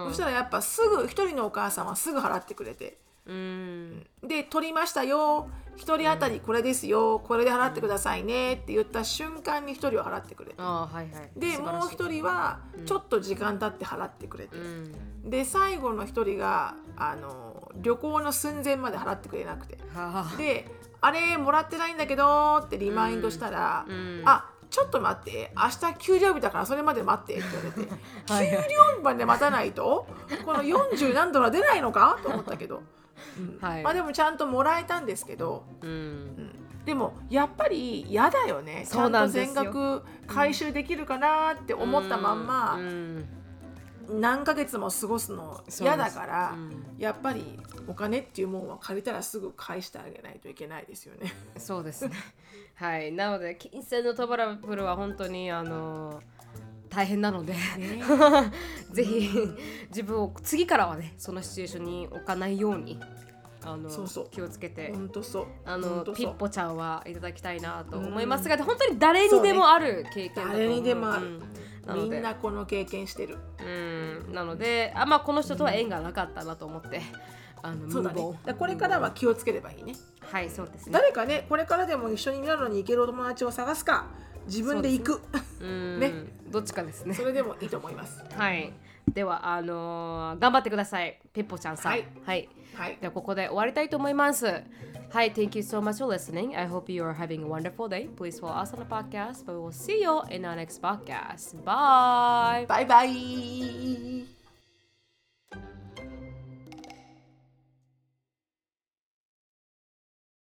そしたらやっぱすぐ一人のお母さんはすぐ払ってくれて、うん、で取りましたよひとり当たりこれですよ、うん、これで払ってくださいねって言った瞬間にひとりは払ってくれて、あ、はいはい、でもうひとりはちょっと時間経って払ってくれて、うん、で最後のひとりがあの旅行の寸前まで払ってくれなくて、うん、であれもらってないんだけどってリマインドしたら、うんうん、あちょっと待って明日給料日だからそれまで待ってって言われてはい、給料日まで待たないとこのよんじゅう何ドルは出ないのかと思ったけどうんはい、まあでもちゃんともらえたんですけど、うんうん、でもやっぱり嫌だよね、ちゃんと全額回収できるかなって思ったまんま、うんうん、何ヶ月も過ごすの嫌だから、うん、やっぱりお金っていうものは借りたらすぐ返してあげないといけないですよね。 そうですねはいなので金銭のトラブルは本当にあの大変なので、ね、ぜひ自分を次からはねそのシチュエーションに置かないようにあのそうそう気をつけて本当そうあのピッポちゃんはいただきたいなと思いますが、本当に誰にでもある経験だと思う、 ね、誰にでもある、うん、みんなこの経験してる、 うん、なのであ、まあ、この人とは縁がなかったなと思って、 あのそうだね。だこれからは気をつければいいね。 はい、そうですね。 誰かね、これからでも一緒にミラノに行けるお友達を探すか、自分で行く。 ね、どっちかですね。 それでもいいと思います。 はい。では、あのー、頑張ってください、ピッポちゃんさん。はい。はい。はい、では、ここで終わりたいと思います。はい、Thank you so much for listening. I hope you are having a wonderful day. Please follow us on the podcast, but we will see you in our next podcast. Bye! Bye bye!